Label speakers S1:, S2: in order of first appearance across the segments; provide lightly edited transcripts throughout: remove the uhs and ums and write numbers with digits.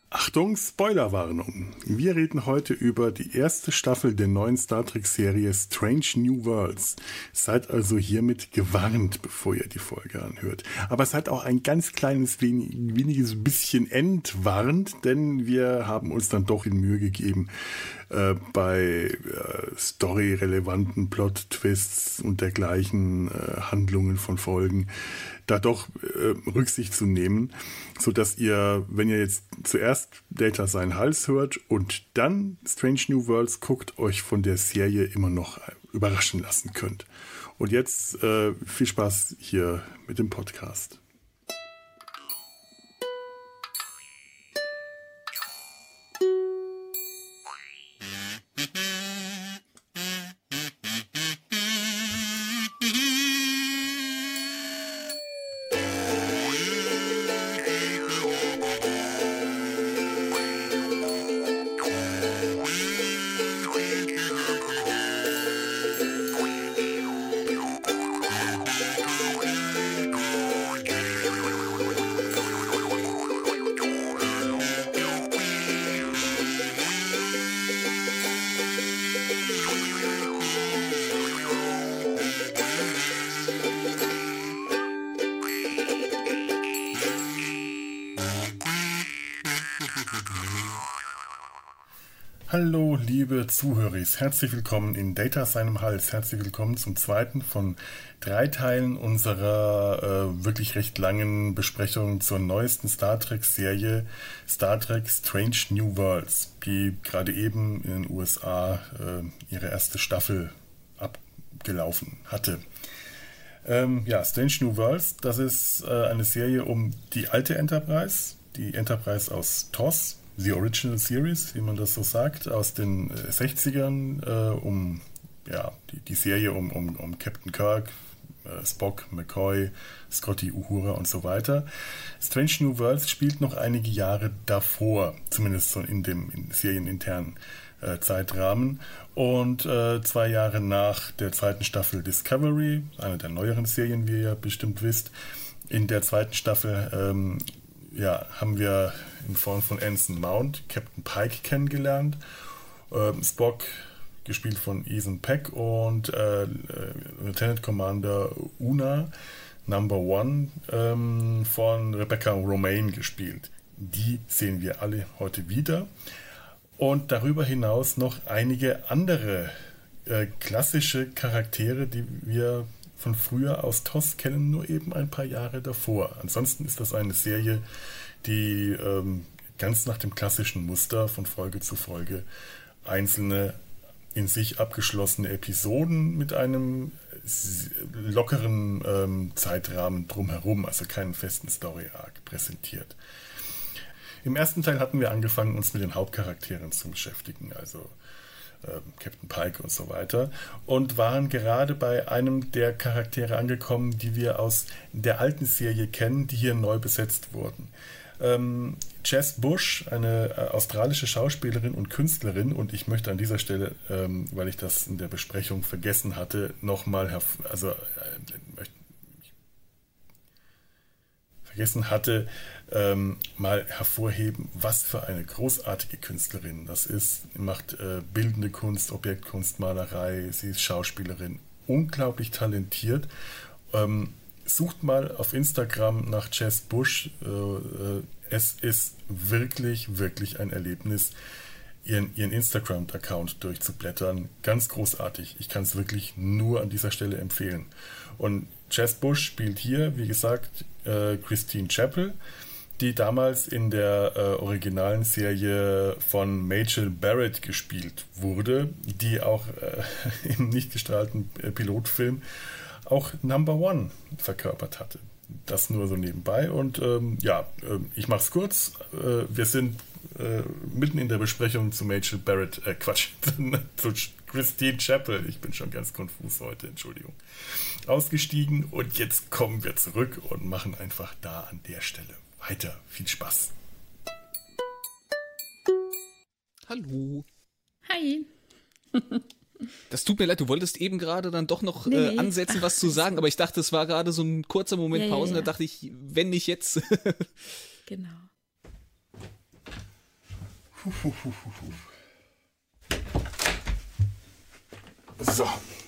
S1: Achtung, Spoilerwarnung. Wir reden heute über die erste Staffel der neuen Star Trek-Serie Strange New Worlds. Seid also hiermit gewarnt, bevor ihr die Folge anhört. Aber seid auch ein ganz kleines weniges bisschen entwarnt, denn wir haben uns dann doch in Mühe gegeben, bei storyrelevanten Plot-Twists und dergleichen Handlungen von Folgen da doch Rücksicht zu nehmen, sodass ihr, wenn ihr jetzt zuerst Data seinen Hals hört und dann Strange New Worlds guckt, euch von der Serie immer noch überraschen lassen könnt. Und jetzt viel Spaß hier mit dem Podcast. Hallo liebe Zuhörer, herzlich willkommen in Data seinem Hals. Herzlich willkommen zum zweiten von 3 Teilen unserer wirklich recht langen Besprechung zur neuesten Star Trek Serie Star Trek Strange New Worlds, die gerade eben in den USA ihre erste Staffel abgelaufen hatte. Strange New Worlds, das ist eine Serie um die alte Enterprise, die Enterprise aus TOS, The Original Series, wie man das so sagt, aus den 60ern, die Serie um Captain Kirk, Spock, McCoy, Scotty, Uhura und so weiter. Strange New Worlds spielt noch einige Jahre davor, zumindest so in dem serieninternen Zeitrahmen. Und 2 Jahre nach der zweiten Staffel Discovery, eine der neueren Serien, wie ihr bestimmt wisst, in der zweiten Staffel haben wir in Form von Anson Mount Captain Pike kennengelernt. Spock, gespielt von Ethan Peck, und Lieutenant Commander Una, Number One, von Rebecca Romijn gespielt. Die sehen wir alle heute wieder. Und darüber hinaus noch einige andere klassische Charaktere, die wir von früher aus TOS kennen, nur eben ein paar Jahre davor. Ansonsten ist das eine Serie, die ganz nach dem klassischen Muster von Folge zu Folge einzelne in sich abgeschlossene Episoden mit einem lockeren Zeitrahmen drumherum, also keinen festen Story-Arc präsentiert. Im ersten Teil hatten wir angefangen, uns mit den Hauptcharakteren zu beschäftigen, also Captain Pike und so weiter, und waren gerade bei einem der Charaktere angekommen, die wir aus der alten Serie kennen, die hier neu besetzt wurden. Jess Bush, eine australische Schauspielerin und Künstlerin, und ich möchte an dieser Stelle, weil ich das in der Besprechung vergessen hatte, nochmal mal hervorheben, was für eine großartige Künstlerin das ist. Sie macht bildende Kunst, Objektkunstmalerei, sie ist Schauspielerin, unglaublich talentiert. Sucht mal auf Instagram nach Jess Bush. Es ist wirklich, wirklich ein Erlebnis, ihren Instagram-Account durchzublättern. Ganz großartig. Ich kann es wirklich nur an dieser Stelle empfehlen. Und Jess Bush spielt hier, wie gesagt, Christine Chappell, die damals in der originalen Serie von Majel Barrett gespielt wurde, die auch im nicht gestrahlten Pilotfilm auch Number One verkörpert hatte. Das nur so nebenbei. Und ich mache es kurz. Wir sind mitten in der Besprechung zu Majel Barrett, zu Christine Chappell, ich bin schon ganz konfus heute, Entschuldigung, ausgestiegen, und jetzt kommen wir zurück und machen einfach da an der Stelle weiter. Viel Spaß.
S2: Hallo.
S3: Hi.
S2: Das tut mir leid, du wolltest eben gerade dann doch noch ansetzen, was zu sagen, aber ich dachte, es war gerade so ein kurzer Moment Pause, da dachte ich, wenn nicht jetzt.
S3: Genau.
S1: So.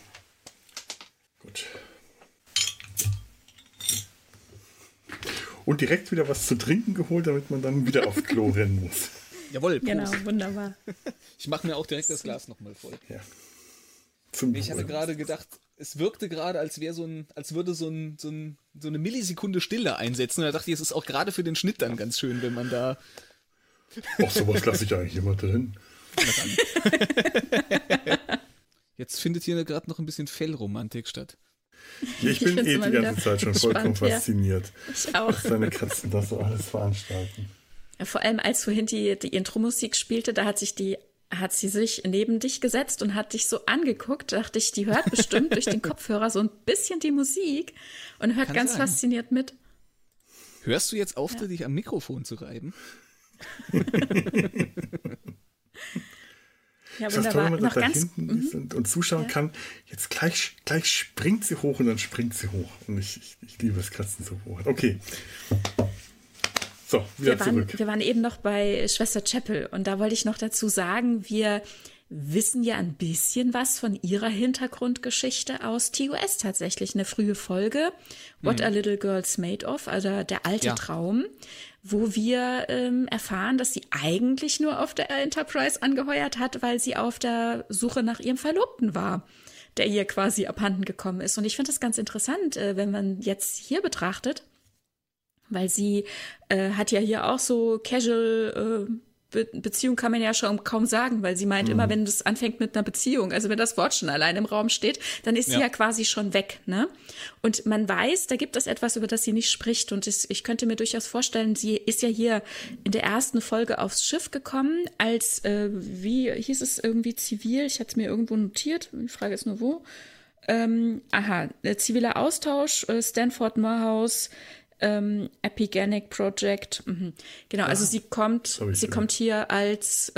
S1: Gut. Und direkt wieder was zu trinken geholt, damit man dann wieder aufs Klo rennen muss.
S2: Jawohl, Prost.
S3: Genau, wunderbar.
S2: Ich mache mir auch direkt das Glas nochmal voll.
S1: Ja.
S2: Ich hatte gerade gedacht, es wirkte gerade, als würde so eine Millisekunde Stille einsetzen. Und da dachte ich, es ist auch gerade für den Schnitt dann ganz schön, wenn man da...
S1: Ach, sowas lasse ich eigentlich immer drin.
S2: Jetzt findet hier gerade noch ein bisschen Fellromantik statt.
S1: Ja, ich bin die ganze Zeit schon vollkommen fasziniert.
S3: Ich auch.
S1: Was deine Katzen da so alles veranstalten.
S3: Ja, vor allem, als vorhin die Intro-Musik spielte, da hat sie sich neben dich gesetzt und hat dich so angeguckt. Da dachte ich, die hört bestimmt durch den Kopfhörer so ein bisschen die Musik und hört ganz fasziniert mit.
S2: Hörst du jetzt auf, dich am Mikrofon zu reiben?
S3: Ja,
S1: das ist
S3: wunderbar.
S1: toll, wenn man
S3: noch
S1: da
S3: ganz
S1: hinten ist und zuschauen kann. Jetzt gleich springt sie hoch und dann springt sie hoch. Und ich liebe es, Katzen so hoch. Okay. So, wieder zurück.
S3: Wir waren eben noch bei Schwester Chapel und da wollte ich noch dazu sagen, wir wissen ja ein bisschen was von ihrer Hintergrundgeschichte aus TOS tatsächlich. Eine frühe Folge, What Are Little Girls Made Of, also der alte Traum, wo wir erfahren, dass sie eigentlich nur auf der Enterprise angeheuert hat, weil sie auf der Suche nach ihrem Verlobten war, der ihr quasi abhanden gekommen ist. Und ich finde das ganz interessant, wenn man jetzt hier betrachtet, weil sie hat ja hier auch so casual Beziehung kann man ja schon kaum sagen, weil sie meint immer, wenn das anfängt mit einer Beziehung, also wenn das Wort schon allein im Raum steht, dann ist sie ja quasi schon weg, ne? Und man weiß, da gibt es etwas, über das sie nicht spricht und ich könnte mir durchaus vorstellen, sie ist ja hier in der ersten Folge aufs Schiff gekommen als, wie hieß es irgendwie zivil, ich hatte es mir irgendwo notiert, die Frage ist nur wo, ziviler Austausch, Stanford Morehouse, Epigenic Project. Genau, also sie kommt hier als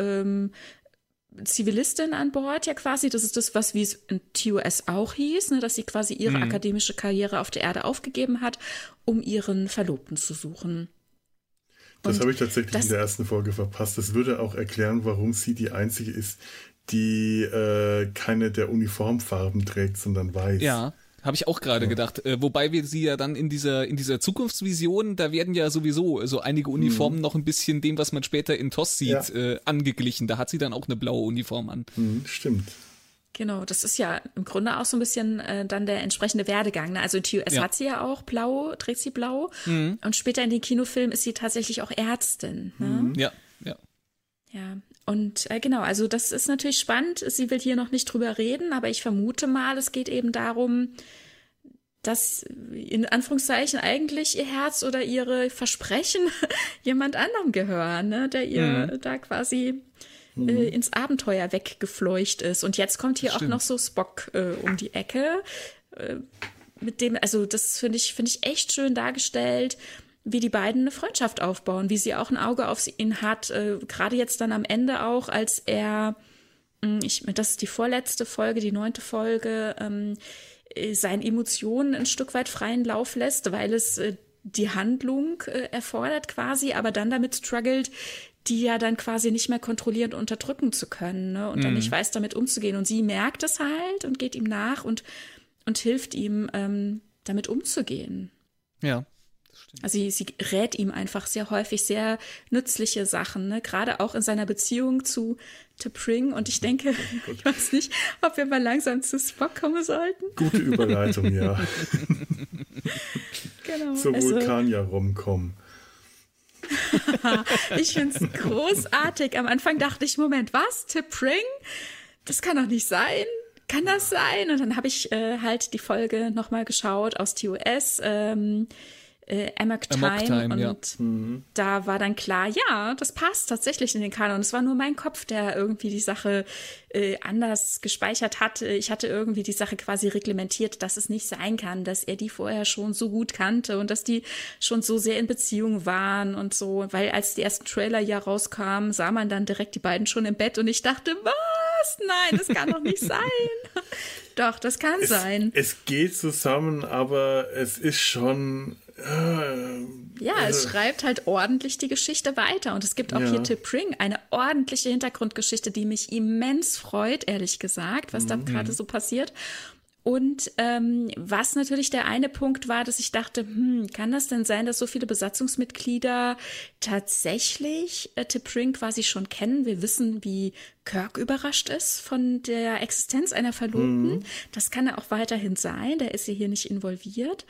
S3: Zivilistin an Bord, ja quasi. Das ist das, was wie es in TOS auch hieß, ne, dass sie quasi ihre akademische Karriere auf der Erde aufgegeben hat, um ihren Verlobten zu suchen.
S1: Das habe ich tatsächlich in der ersten Folge verpasst. Das würde auch erklären, warum sie die einzige ist, die keine der Uniformfarben trägt, sondern weiß.
S2: Ja. Habe ich auch gerade gedacht. Wobei wir sie ja dann in dieser Zukunftsvision, da werden ja sowieso so einige Uniformen noch ein bisschen dem, was man später in TOS sieht, angeglichen. Da hat sie dann auch eine blaue Uniform an.
S1: Stimmt.
S3: Genau, das ist ja im Grunde auch so ein bisschen dann der entsprechende Werdegang. Ne? Also in TOS hat sie ja auch blau, trägt sie blau. Und später in den Kinofilmen ist sie tatsächlich auch Ärztin. Ne?
S2: Ja.
S3: Ja, und genau, also das ist natürlich spannend. Sie will hier noch nicht drüber reden, aber ich vermute mal, es geht eben darum, dass in Anführungszeichen eigentlich ihr Herz oder ihre Versprechen jemand anderem gehören, ne? Der ihr da quasi ins Abenteuer weggefleucht ist. Und jetzt kommt hier auch noch so Spock um die Ecke. Mit dem, also das finde ich echt schön dargestellt, wie die beiden eine Freundschaft aufbauen, wie sie auch ein Auge auf ihn hat, gerade jetzt dann am Ende auch, als er, das ist die vorletzte Folge, die 9. Folge, seinen Emotionen ein Stück weit freien Lauf lässt, weil es die Handlung erfordert quasi, aber dann damit struggelt, die ja dann quasi nicht mehr kontrollieren und unterdrücken zu können, ne? Und dann nicht weiß, damit umzugehen. Und sie merkt es halt und geht ihm nach und hilft ihm, damit umzugehen.
S2: Ja.
S3: Also sie rät ihm einfach sehr häufig sehr nützliche Sachen, ne? Gerade auch in seiner Beziehung zu T'Pring. Und ich denke, ich weiß nicht, ob wir mal langsam zu Spock kommen sollten.
S1: Gute Überleitung, ja.
S3: Genau.
S1: Zur Vulkanier-Rom-Com.
S3: Ich finde es großartig. Am Anfang dachte ich, Moment, was? T'Pring? Das kann doch nicht sein. Kann das sein? Und dann habe ich halt die Folge nochmal geschaut aus TOS, Amok Time und da war dann klar, ja, das passt tatsächlich in den Kanon. Es war nur mein Kopf, der irgendwie die Sache anders gespeichert hat. Ich hatte irgendwie die Sache quasi reglementiert, dass es nicht sein kann, dass er die vorher schon so gut kannte und dass die schon so sehr in Beziehung waren und so, weil als die ersten Trailer ja rauskamen, sah man dann direkt die beiden schon im Bett und ich dachte, was? Nein, das kann doch nicht sein. Doch, das kann sein.
S1: Es geht zusammen, aber es ist schon
S3: Ja, es schreibt halt ordentlich die Geschichte weiter. Und es gibt auch hier T'Pring, eine ordentliche Hintergrundgeschichte, die mich immens freut, ehrlich gesagt, was da gerade so passiert. Und was natürlich der eine Punkt war, dass ich dachte, kann das denn sein, dass so viele Besatzungsmitglieder tatsächlich T'Pring quasi schon kennen? Wir wissen, wie Kirk überrascht ist von der Existenz einer Verlobten. Das kann er auch weiterhin sein, der ist ja hier nicht involviert.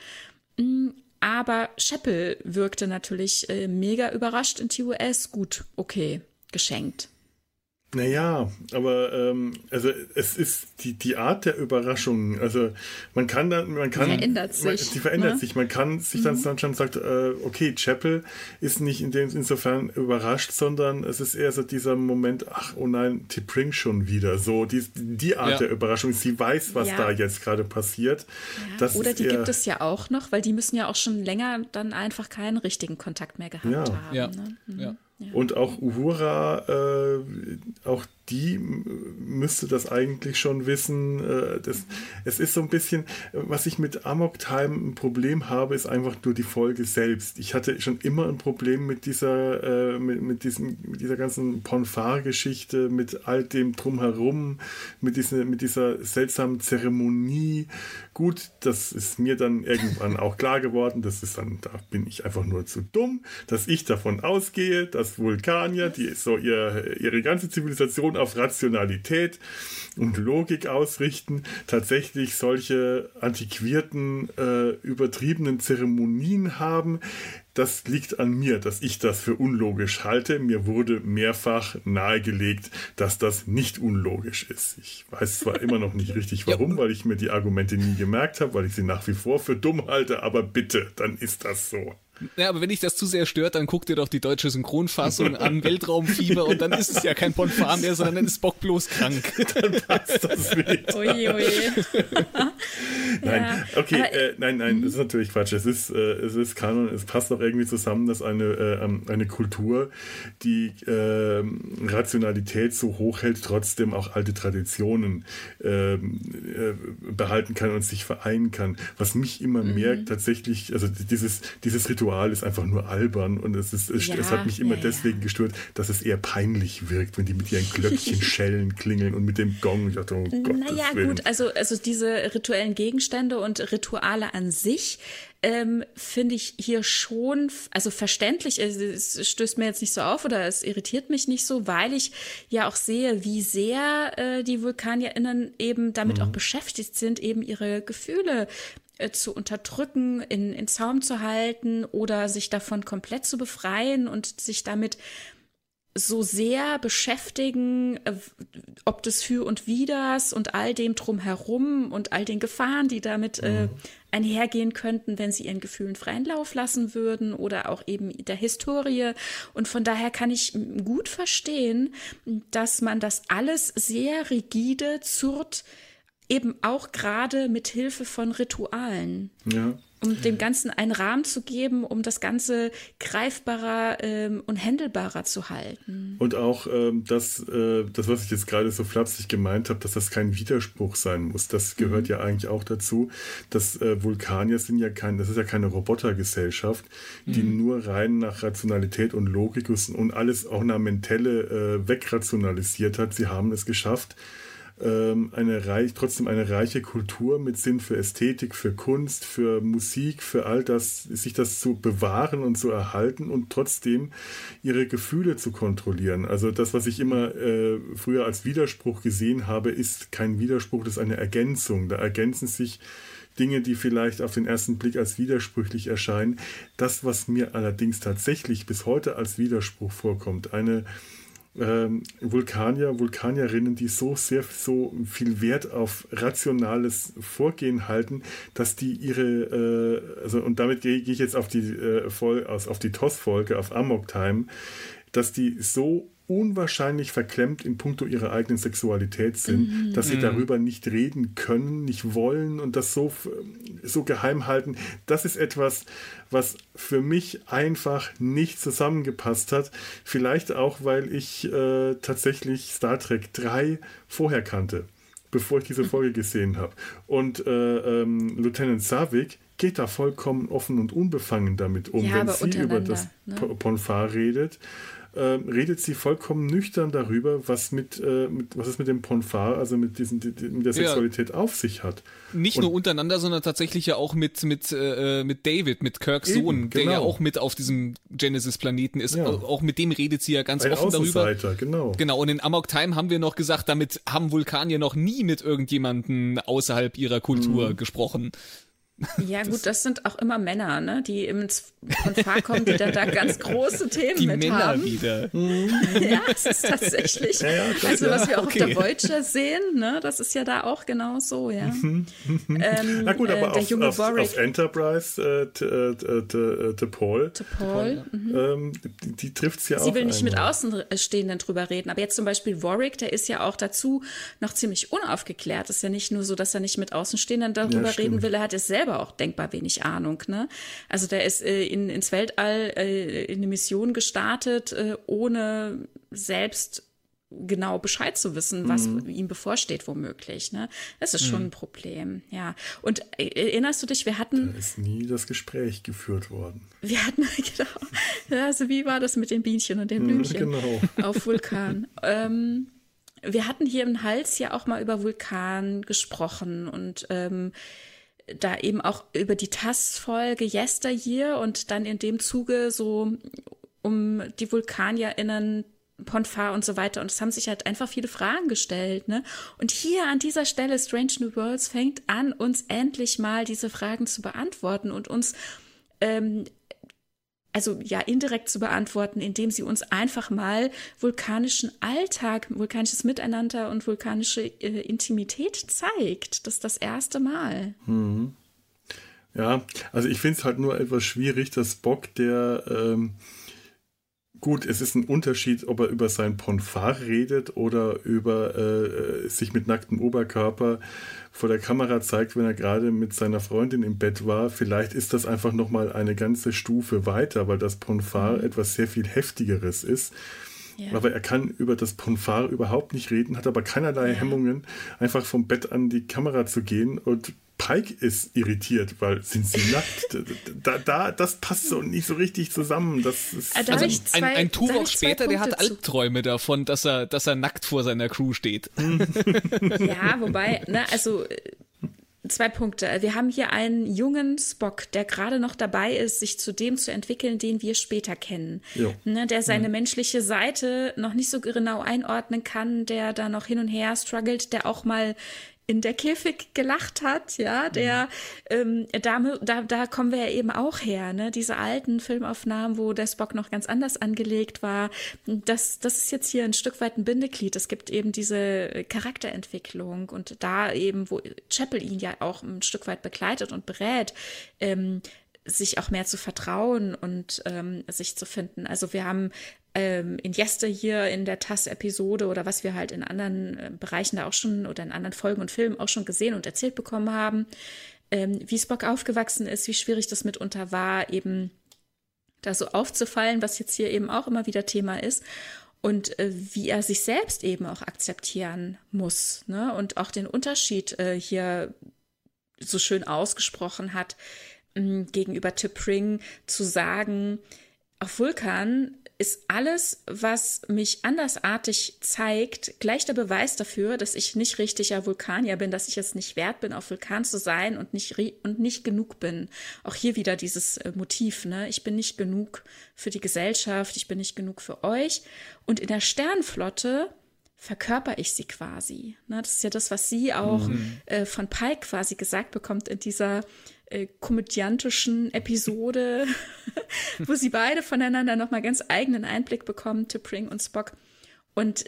S3: Aber Chapel wirkte natürlich mega überrascht in TOS. Gut, okay, geschenkt.
S1: Naja, aber also es ist die Art der Überraschung. Also man kann dann,
S3: die verändert sich.
S1: Die verändert sich. Man kann sich dann schon sagt, okay, Chapel ist nicht insofern überrascht, sondern es ist eher so dieser Moment, ach, oh nein, T'Pring schon wieder. So die Art der Überraschung. Sie weiß, was da jetzt gerade passiert.
S3: Ja. Das oder die gibt es ja auch noch, weil die müssen ja auch schon länger dann einfach keinen richtigen Kontakt mehr gehabt haben.
S2: Ja.
S3: Ne?
S2: Ja.
S3: Ja.
S1: Und auch Uhura, auch die müsste das eigentlich schon wissen. Es ist so ein bisschen, was ich mit Amok Time ein Problem habe, ist einfach nur die Folge selbst. Ich hatte schon immer ein Problem mit dieser ganzen Ponfar-Geschichte, mit all dem Drumherum, mit dieser seltsamen Zeremonie. Gut, das ist mir dann irgendwann auch klar geworden. Da bin ich einfach nur zu dumm, dass ich davon ausgehe, dass Vulkanier, die so ihre ganze Zivilisation auf Rationalität und Logik ausrichten, tatsächlich solche antiquierten, übertriebenen Zeremonien haben. Das liegt an mir, dass ich das für unlogisch halte. Mir wurde mehrfach nahegelegt, dass das nicht unlogisch ist. Ich weiß zwar immer noch nicht richtig warum, weil ich mir die Argumente nie gemerkt habe, weil ich sie nach wie vor für dumm halte, aber bitte, dann ist das so.
S2: Ja, aber wenn dich das zu sehr stört, dann guck dir doch die deutsche Synchronfassung an, Weltraumfieber, und dann ist es ja kein Ponfar mehr, sondern dann ist Spock bloß krank.
S1: Dann passt das wieder.
S3: Oje.
S1: Nein, okay, nein, das ist natürlich Quatsch. Es ist Kanon, es passt auch irgendwie zusammen, dass eine Kultur, die Rationalität so hoch hält, trotzdem auch alte Traditionen behalten kann und sich vereinen kann. Was mich immer mehr tatsächlich, also dieses Ritual ist einfach nur albern, und es hat mich immer deswegen gestört, dass es eher peinlich wirkt, wenn die mit ihren Glöckchen schellen, klingeln und mit dem Gong. Ich dachte, oh Gott,
S3: naja, gut, also diese rituellen Gegenstände und Rituale an sich finde ich hier schon, also verständlich, es stößt mir jetzt nicht so auf oder es irritiert mich nicht so, weil ich ja auch sehe, wie sehr die VulkanierInnen eben damit auch beschäftigt sind, eben ihre Gefühle zu unterdrücken, in Zaum zu halten oder sich davon komplett zu befreien und sich damit so sehr beschäftigen, ob des Für und Widers und all dem drumherum und all den Gefahren, die damit einhergehen könnten, wenn sie ihren Gefühlen freien Lauf lassen würden, oder auch eben der Historie. Und von daher kann ich gut verstehen, dass man das alles sehr rigide zurrt, eben auch gerade mit Hilfe von Ritualen.
S1: Ja.
S3: Um dem Ganzen einen Rahmen zu geben, um das Ganze greifbarer und händelbarer zu halten.
S1: Und auch das, was ich jetzt gerade so flapsig gemeint habe, dass das kein Widerspruch sein muss, das gehört ja eigentlich auch dazu. Dass Vulkanier das ist ja keine Robotergesellschaft, die nur rein nach Rationalität und Logik und alles Ornamentelle wegrationalisiert hat. Sie haben es geschafft, trotzdem eine reiche Kultur mit Sinn für Ästhetik, für Kunst, für Musik, für all das, sich das zu bewahren und zu erhalten und trotzdem ihre Gefühle zu kontrollieren. Also das, was ich immer früher als Widerspruch gesehen habe, ist kein Widerspruch, das ist eine Ergänzung. Da ergänzen sich Dinge, die vielleicht auf den ersten Blick als widersprüchlich erscheinen. Das, was mir allerdings tatsächlich bis heute als Widerspruch vorkommt, eine Vulkanierinnen, die so viel Wert auf rationales Vorgehen halten, dass die und damit gehe ich jetzt auf die TOS-Folge, auf Amok Time, dass die so unwahrscheinlich verklemmt in puncto ihrer eigenen Sexualität sind, dass sie darüber nicht reden können, nicht wollen und das so geheim halten. Das ist etwas, was für mich einfach nicht zusammengepasst hat. Vielleicht auch, weil ich tatsächlich Star Trek 3 vorher kannte, bevor ich diese Folge gesehen habe. Und Lieutenant Saavik geht da vollkommen offen und unbefangen damit um.
S3: Ja,
S1: wenn sie über das Ponfar redet, redet sie vollkommen nüchtern darüber, was es mit dem Ponfar, also mit der Sexualität auf sich hat.
S2: Nicht nur untereinander, sondern tatsächlich ja auch mit David, mit Kirks Sohn, der ja auch mit auf diesem Genesis-Planeten ist. Ja. Auch mit dem redet sie ja ganz offen darüber.
S1: Genau.
S2: Genau, und in Amok Time haben wir noch gesagt, damit haben Vulkanier noch nie mit irgendjemandem außerhalb ihrer Kultur gesprochen.
S3: Ja gut, das sind auch immer Männer, ne, die ins Ponfar kommen, die dann da ganz große Themen
S2: die
S3: mit
S2: Männer
S3: haben.
S2: Wieder.
S3: Ja, es ist tatsächlich. Also was wir auch auf der Voyager sehen, ne, das ist ja da auch genau so, ja.
S1: Na gut, aber
S3: der
S1: auf Enterprise, T'Pol, die trifft es ja auch.
S3: Sie will nicht mit Außenstehenden drüber reden, aber jetzt zum Beispiel Warwick, der ist ja auch dazu noch ziemlich unaufgeklärt. Es ist ja nicht nur so, dass er nicht mit Außenstehenden darüber reden will, er hat es selber auch denkbar wenig Ahnung, ne? Also der ist ins Weltall in eine Mission gestartet, ohne selbst genau Bescheid zu wissen, was ihm bevorsteht womöglich, ne? Das ist schon ein Problem, ja. Und erinnerst du dich, wir hatten...
S1: Da ist nie das Gespräch geführt worden.
S3: Wir hatten, genau, also wie war das mit den Bienchen und den Blümchen auf Vulkan? Wir hatten hier im Hals ja auch mal über Vulkan gesprochen und da eben auch über die TAS-Folge Yesteryear und dann in dem Zuge so um die VulkanierInnen, Ponfar und so weiter. Und es haben sich halt einfach viele Fragen gestellt, ne? Und hier an dieser Stelle Strange New Worlds fängt an, uns endlich mal diese Fragen zu beantworten und uns also ja indirekt zu beantworten, indem sie uns einfach mal vulkanischen Alltag, vulkanisches Miteinander und vulkanische Intimität zeigt. Das ist das erste Mal.
S1: Ja, also ich finde es halt nur etwas schwierig, dass Spock, der gut, es ist ein Unterschied, ob er über sein Ponfar redet oder über sich mit nacktem Oberkörper vor der Kamera zeigt, wenn er gerade mit seiner Freundin im Bett war. Vielleicht ist das einfach nochmal eine ganze Stufe weiter, weil das Ponfar etwas sehr viel Heftigeres ist. Ja. Aber er kann über das Ponfar überhaupt nicht reden, hat aber keinerlei Hemmungen, einfach vom Bett an die Kamera zu gehen. Und Pike ist irritiert, weil sind sie nackt? Das passt so nicht so richtig zusammen. Das ist
S2: ein Tuvok später, der hat Albträume davon, dass er nackt vor seiner Crew steht.
S3: Ja, wobei, ne, also 2 Punkte. Wir haben hier einen jungen Spock, der gerade noch dabei ist, sich zu dem zu entwickeln, den wir später kennen. Ne, der seine menschliche Seite noch nicht so genau einordnen kann, der da noch hin und her struggelt, der auch mal in der Käfig gelacht hat, ja, der, da kommen wir ja eben auch her, ne, diese alten Filmaufnahmen, wo der Spock noch ganz anders angelegt war, das ist jetzt hier ein Stück weit ein Bindeglied, es gibt eben diese Charakterentwicklung und da eben, wo Chapel ihn ja auch ein Stück weit begleitet und berät, sich auch mehr zu vertrauen und sich zu finden. Also wir haben in Yesteryear in der TAS-Episode oder was wir halt in anderen Bereichen da auch schon oder in anderen Folgen und Filmen auch schon gesehen und erzählt bekommen haben, wie Spock aufgewachsen ist, wie schwierig das mitunter war, eben da so aufzufallen, was jetzt hier eben auch immer wieder Thema ist und wie er sich selbst eben auch akzeptieren muss, ne? Und auch den Unterschied hier so schön ausgesprochen hat, gegenüber T'Pring zu sagen, auf Vulkan ist alles, was mich andersartig zeigt, gleich der Beweis dafür, dass ich nicht richtiger Vulkanier bin, dass ich es nicht wert bin, auf Vulkan zu sein und nicht genug bin. Auch hier wieder dieses Motiv, ne? Ich bin nicht genug für die Gesellschaft, ich bin nicht genug für euch. Und in der Sternenflotte verkörper ich sie quasi. Ne? Das ist ja das, was sie auch von Pike quasi gesagt bekommt in dieser komödiantischen Episode, wo sie beide voneinander nochmal ganz eigenen Einblick bekommen, T'Pring und Spock. Und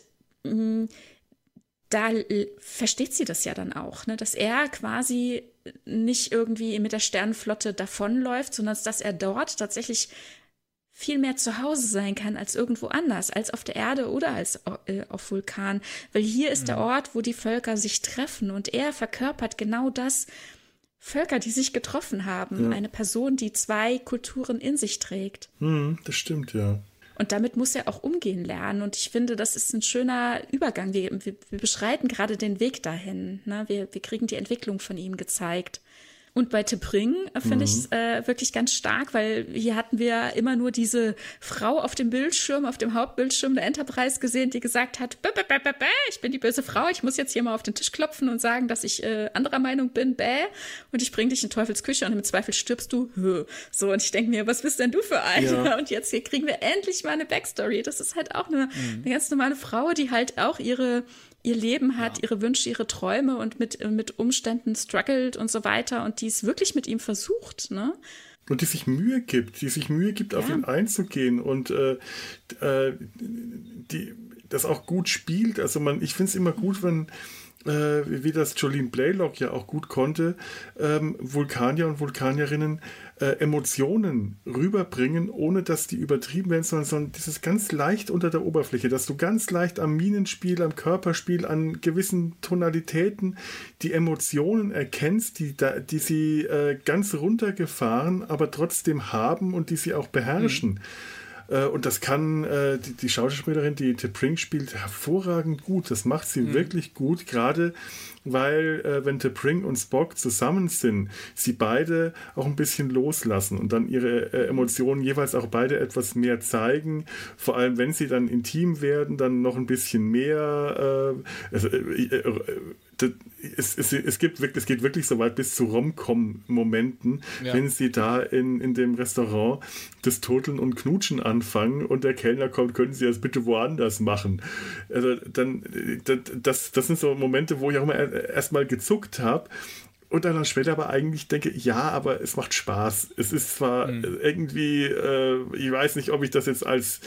S3: da versteht sie das ja dann auch, ne? Dass er quasi nicht irgendwie mit der Sternenflotte davonläuft, sondern dass er dort tatsächlich viel mehr zu Hause sein kann als irgendwo anders, als auf der Erde oder als auf Vulkan. Weil hier ist der Ort, wo die Völker sich treffen und er verkörpert genau das, Völker, die sich getroffen haben. Ja. Eine Person, die 2 Kulturen in sich trägt.
S1: Das stimmt, ja.
S3: Und damit muss er auch umgehen lernen. Und ich finde, das ist ein schöner Übergang. Wir beschreiten gerade den Weg dahin. Ne? Wir kriegen die Entwicklung von ihm gezeigt. Und bei T'Pring finde ich es wirklich ganz stark, weil hier hatten wir immer nur diese Frau auf dem Bildschirm, auf dem Hauptbildschirm der Enterprise gesehen, die gesagt hat, ich bin die böse Frau, ich muss jetzt hier mal auf den Tisch klopfen und sagen, dass ich anderer Meinung bin, und ich bringe dich in Teufels Küche und im Zweifel stirbst du. So, und ich denke mir, was bist denn du für eine? Ja. Und jetzt hier kriegen wir endlich mal eine Backstory. Das ist halt auch eine ganz normale Frau, die halt auch ihr Leben hat, ihre Wünsche, ihre Träume und mit Umständen struggelt und so weiter und die es wirklich mit ihm versucht, ne?
S1: Und die sich Mühe gibt, auf ihn einzugehen und die das auch gut spielt. Also ich finde es immer gut, wenn wie das Jolene Blalock ja auch gut konnte, Vulkanier und Vulkanierinnen Emotionen rüberbringen, ohne dass die übertrieben werden, sondern dieses ganz leicht unter der Oberfläche, dass du ganz leicht am Mienenspiel, am Körperspiel, an gewissen Tonalitäten die Emotionen erkennst, die sie ganz runtergefahren, aber trotzdem haben und die sie auch beherrschen. Und das kann die Schauspielerin, die T'Pring spielt, hervorragend gut. Das macht sie wirklich gut, gerade weil, wenn T'Pring und Spock zusammen sind, sie beide auch ein bisschen loslassen und dann ihre Emotionen jeweils auch beide etwas mehr zeigen. Vor allem, wenn sie dann intim werden, dann noch ein bisschen mehr. Es geht wirklich so weit bis zu Rom-Com-Momenten, wenn sie da in dem Restaurant das Turteln und Knutschen anfangen und der Kellner kommt, können sie das bitte woanders machen. Also das sind so Momente, wo ich auch immer erstmal gezuckt habe und dann später aber eigentlich denke, ja, aber es macht Spaß. Es ist zwar irgendwie, ich weiß nicht, ob ich das jetzt als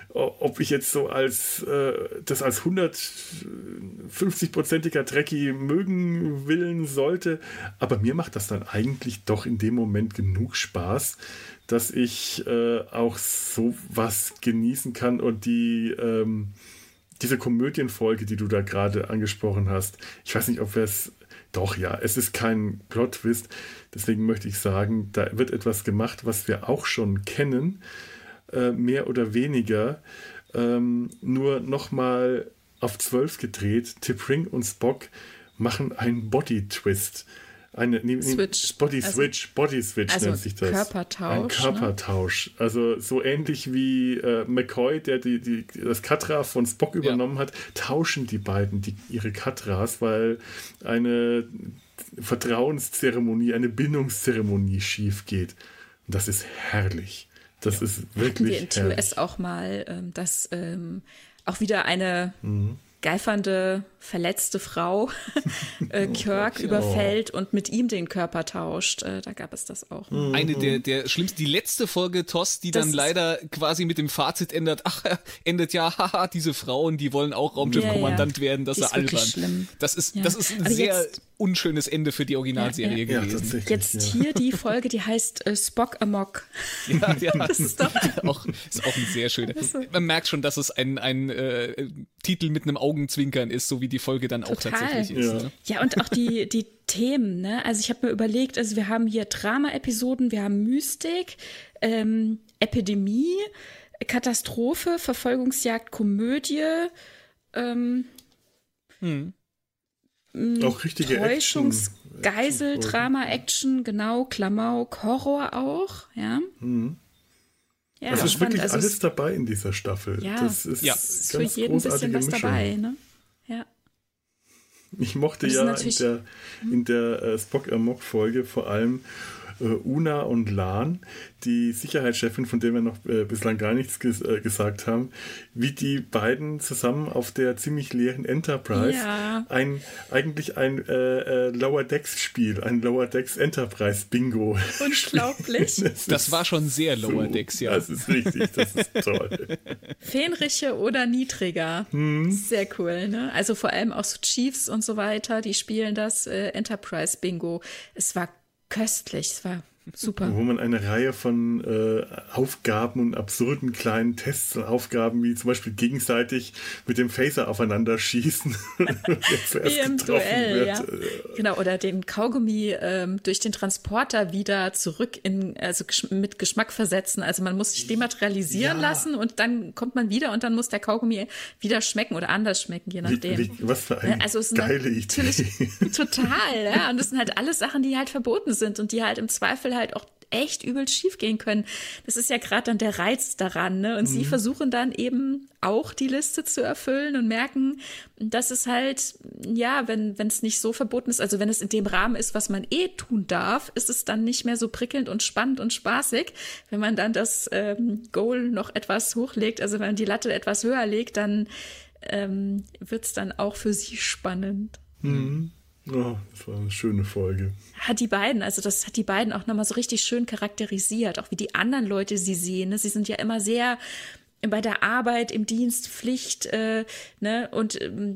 S1: 150-prozentiger Trekkie mögen willen sollte, aber mir macht das dann eigentlich doch in dem Moment genug Spaß, dass ich auch sowas genießen kann und diese Komödienfolge, die du da gerade angesprochen hast, ich weiß nicht, ob wir es doch, ja, es ist kein Plot-Twist, deswegen möchte ich sagen, da wird etwas gemacht, was wir auch schon kennen, mehr oder weniger, nur nochmal auf 12 gedreht. T'Pring und Spock machen einen Body-Twist. Body Switch nennt sich das.
S3: Körpertausch.
S1: Ein Körpertausch. Ne? Also so ähnlich wie McCoy, der das Katra von Spock übernommen hat, tauschen die beiden ihre Katras, weil eine Vertrauenszeremonie, eine Bindungszeremonie schief geht. Und das ist herrlich. Das ist wirklich
S3: hatten wir in TOS auch mal, dass auch wieder eine geifernde, verletzte Frau Kirk überfällt und mit ihm den Körper tauscht. Da gab es das auch.
S2: Eine der schlimmsten, die letzte Folge TOS, die dann leider quasi mit dem Fazit endet, haha, diese Frauen, die wollen auch Raumschiffkommandant werden, das ist albern. Schlimm. Das ist ein sehr unschönes Ende für die Originalserie gewesen.
S3: Jetzt hier die Folge, die heißt Spock Amok.
S2: Ja. Das ist auch ein sehr schöner. Man merkt schon, dass es ein Titel mit einem Augenzwinkern ist, so wie die Folge dann auch tatsächlich ist. Ne?
S3: Ja, und auch die Themen, ne? Also ich habe mir überlegt, also wir haben hier Drama-Episoden, wir haben Mystik, Epidemie, Katastrophe, Verfolgungsjagd, Komödie,
S1: auch richtige
S3: Täuschungsgeisel, Drama, Action, genau, Klamauk, Horror auch, ja.
S1: Ja, das ist wirklich alles dabei in dieser Staffel.
S3: Ja,
S1: das ist
S3: ganz für jeden ein bisschen was Mischung dabei, ne? Ja.
S1: Ich mochte in der Spock Amok-Folge vor allem Una und Lan, die Sicherheitschefin, von der wir noch bislang gar nichts gesagt haben, wie die beiden zusammen auf der ziemlich leeren Enterprise eigentlich ein Lower Decks Spiel, ein Lower Decks Enterprise Bingo.
S3: Unglaublich.
S2: Das war schon sehr Lower Decks, ja.
S1: Das ist richtig, das ist toll.
S3: Fähnriche oder niedriger. Sehr cool, ne? Also vor allem auch so Chiefs und so weiter, die spielen das Enterprise Bingo. Es war köstlich, es war Super.
S1: Wo man eine Reihe von Aufgaben und absurden kleinen Tests und Aufgaben, wie zum Beispiel gegenseitig mit dem Phaser aufeinander schießen,
S3: wie im Duell, ja. Genau, oder den Kaugummi durch den Transporter wieder zurück mit Geschmack versetzen. Also man muss sich dematerialisieren lassen und dann kommt man wieder und dann muss der Kaugummi wieder schmecken oder anders schmecken, je nachdem.
S1: Was für eine geile Idee.
S3: Total, ja. Und das sind halt alles Sachen, die halt verboten sind und die halt im Zweifel halt auch echt übel schief gehen können. Das ist ja gerade dann der Reiz daran, ne? Und sie versuchen dann eben auch die Liste zu erfüllen und merken, dass es halt, ja, wenn es nicht so verboten ist, also wenn es in dem Rahmen ist, was man tun darf, ist es dann nicht mehr so prickelnd und spannend und spaßig. Wenn man dann das Goal noch etwas hochlegt, also wenn man die Latte etwas höher legt, dann wird es dann auch für sie spannend.
S1: Mhm. Oh, das war eine schöne Folge.
S3: Das hat die beiden auch nochmal so richtig schön charakterisiert, auch wie die anderen Leute sie sehen. Ne? Sie sind ja immer sehr bei der Arbeit, im Dienst, Pflicht, ne? Und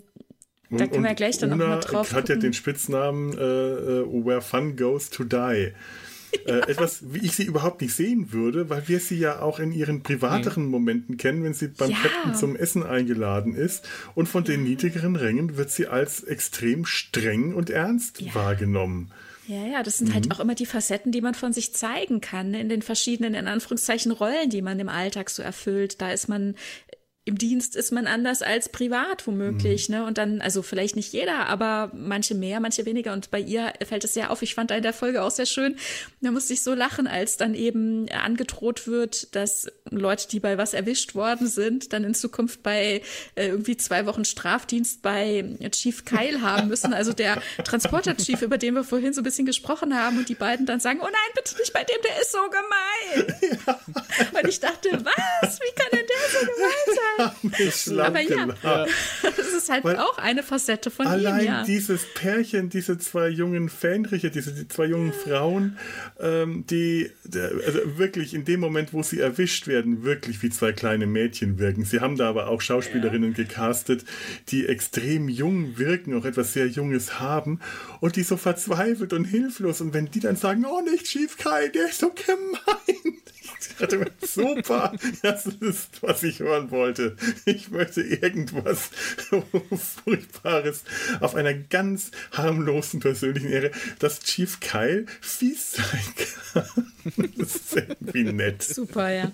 S3: da können wir ja gleich dann nochmal drauf gucken.
S1: Hat ja den Spitznamen Where Fun Goes to Die. Etwas, wie ich sie überhaupt nicht sehen würde, weil wir sie ja auch in ihren privateren Momenten kennen, wenn sie beim Captain zum Essen eingeladen ist. Und von den niedrigeren Rängen wird sie als extrem streng und ernst wahrgenommen.
S3: Ja, das sind halt auch immer die Facetten, die man von sich zeigen kann, ne? In den verschiedenen, in Anführungszeichen, Rollen, die man im Alltag so erfüllt. Da ist man im Dienst ist man anders als privat womöglich, ne? Und dann, also vielleicht nicht jeder, aber manche mehr, manche weniger. Und bei ihr fällt es sehr auf. Ich fand da in der Folge auch sehr schön. Da musste ich so lachen, als dann eben angedroht wird, dass Leute, die bei was erwischt worden sind, dann in Zukunft bei irgendwie 2 Wochen Strafdienst bei Chief Kyle haben müssen. Also der Transporter-Chief, über den wir vorhin so ein bisschen gesprochen haben. Und die beiden dann sagen, oh nein, bitte nicht bei dem, der ist so gemein. Ja. Und ich dachte, was? Wie kann denn der so gemein sein? Aber ja, das ist halt auch eine Facette von ihm.
S1: Allein dieses Pärchen, diese 2 jungen Fähnriche, diese 2 jungen Frauen, die also wirklich in dem Moment, wo sie erwischt werden, wirklich wie 2 kleine Mädchen wirken. Sie haben da aber auch Schauspielerinnen gecastet, die extrem jung wirken, auch etwas sehr Junges haben und die so verzweifelt und hilflos. Und wenn die dann sagen, oh, nicht Chief Kyle, der ist so gemein. Super, das ist, was ich hören wollte. Ich möchte irgendwas Furchtbares auf einer ganz harmlosen persönlichen Ehre, dass Chief Kyle fies sein kann. Das ist irgendwie nett.
S3: Super, ja.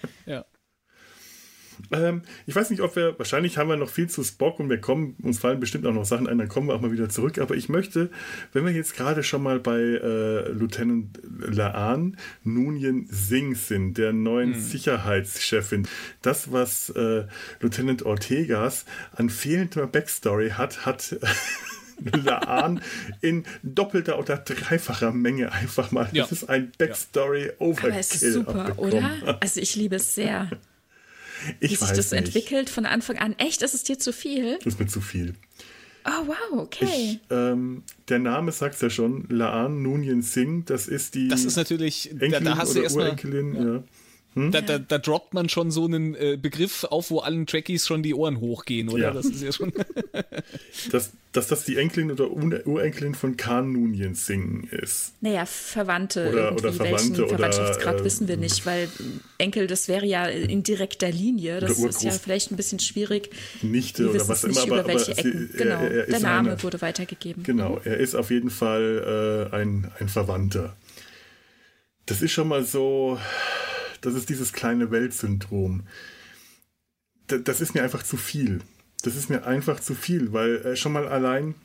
S1: Ich weiß nicht, wahrscheinlich haben wir noch viel zu Spock und uns fallen bestimmt auch noch Sachen ein, dann kommen wir auch mal wieder zurück, aber ich möchte, wenn wir jetzt gerade schon mal bei Lieutenant La'an Noonien Singh sind, der neuen Sicherheitschefin, das, was Lieutenant Ortegas an fehlender Backstory hat La'an in doppelter oder dreifacher Menge einfach mal. Das ist ein Backstory-Overkill.
S3: Aber es ist super, oder? Also ich liebe es sehr. Wie sich das entwickelt von Anfang an. Echt, ist es dir zu viel?
S1: Das ist mir zu viel.
S3: Oh, wow, okay.
S1: Der Name sagt es ja schon, La'an Noonien Singh, das ist die
S2: Das ist natürlich,
S1: Enkelin
S2: da hast du erstmal
S1: Urenkelin,
S2: Da droppt man schon so einen Begriff auf, wo allen Trekkies schon die Ohren hochgehen, oder?
S1: Ja.
S2: Das ist ja schon.
S1: Dass das die Enkelin oder Urenkelin von Khan Noonien Singh ist.
S3: Naja, Verwandte.
S1: Oder Verwandte.
S3: Welchen Verwandtschaftsgrad wissen wir nicht, weil Enkel, das wäre ja in direkter Linie. Das ist ja vielleicht ein bisschen schwierig.
S1: Nichte oder was immer.
S3: Über welche Ecken. Genau, der Name wurde weitergegeben.
S1: Genau, er ist auf jeden Fall ein Verwandter. Das ist schon mal so. Das ist dieses kleine Welt-Syndrom. Das ist mir einfach zu viel. Weil schon mal allein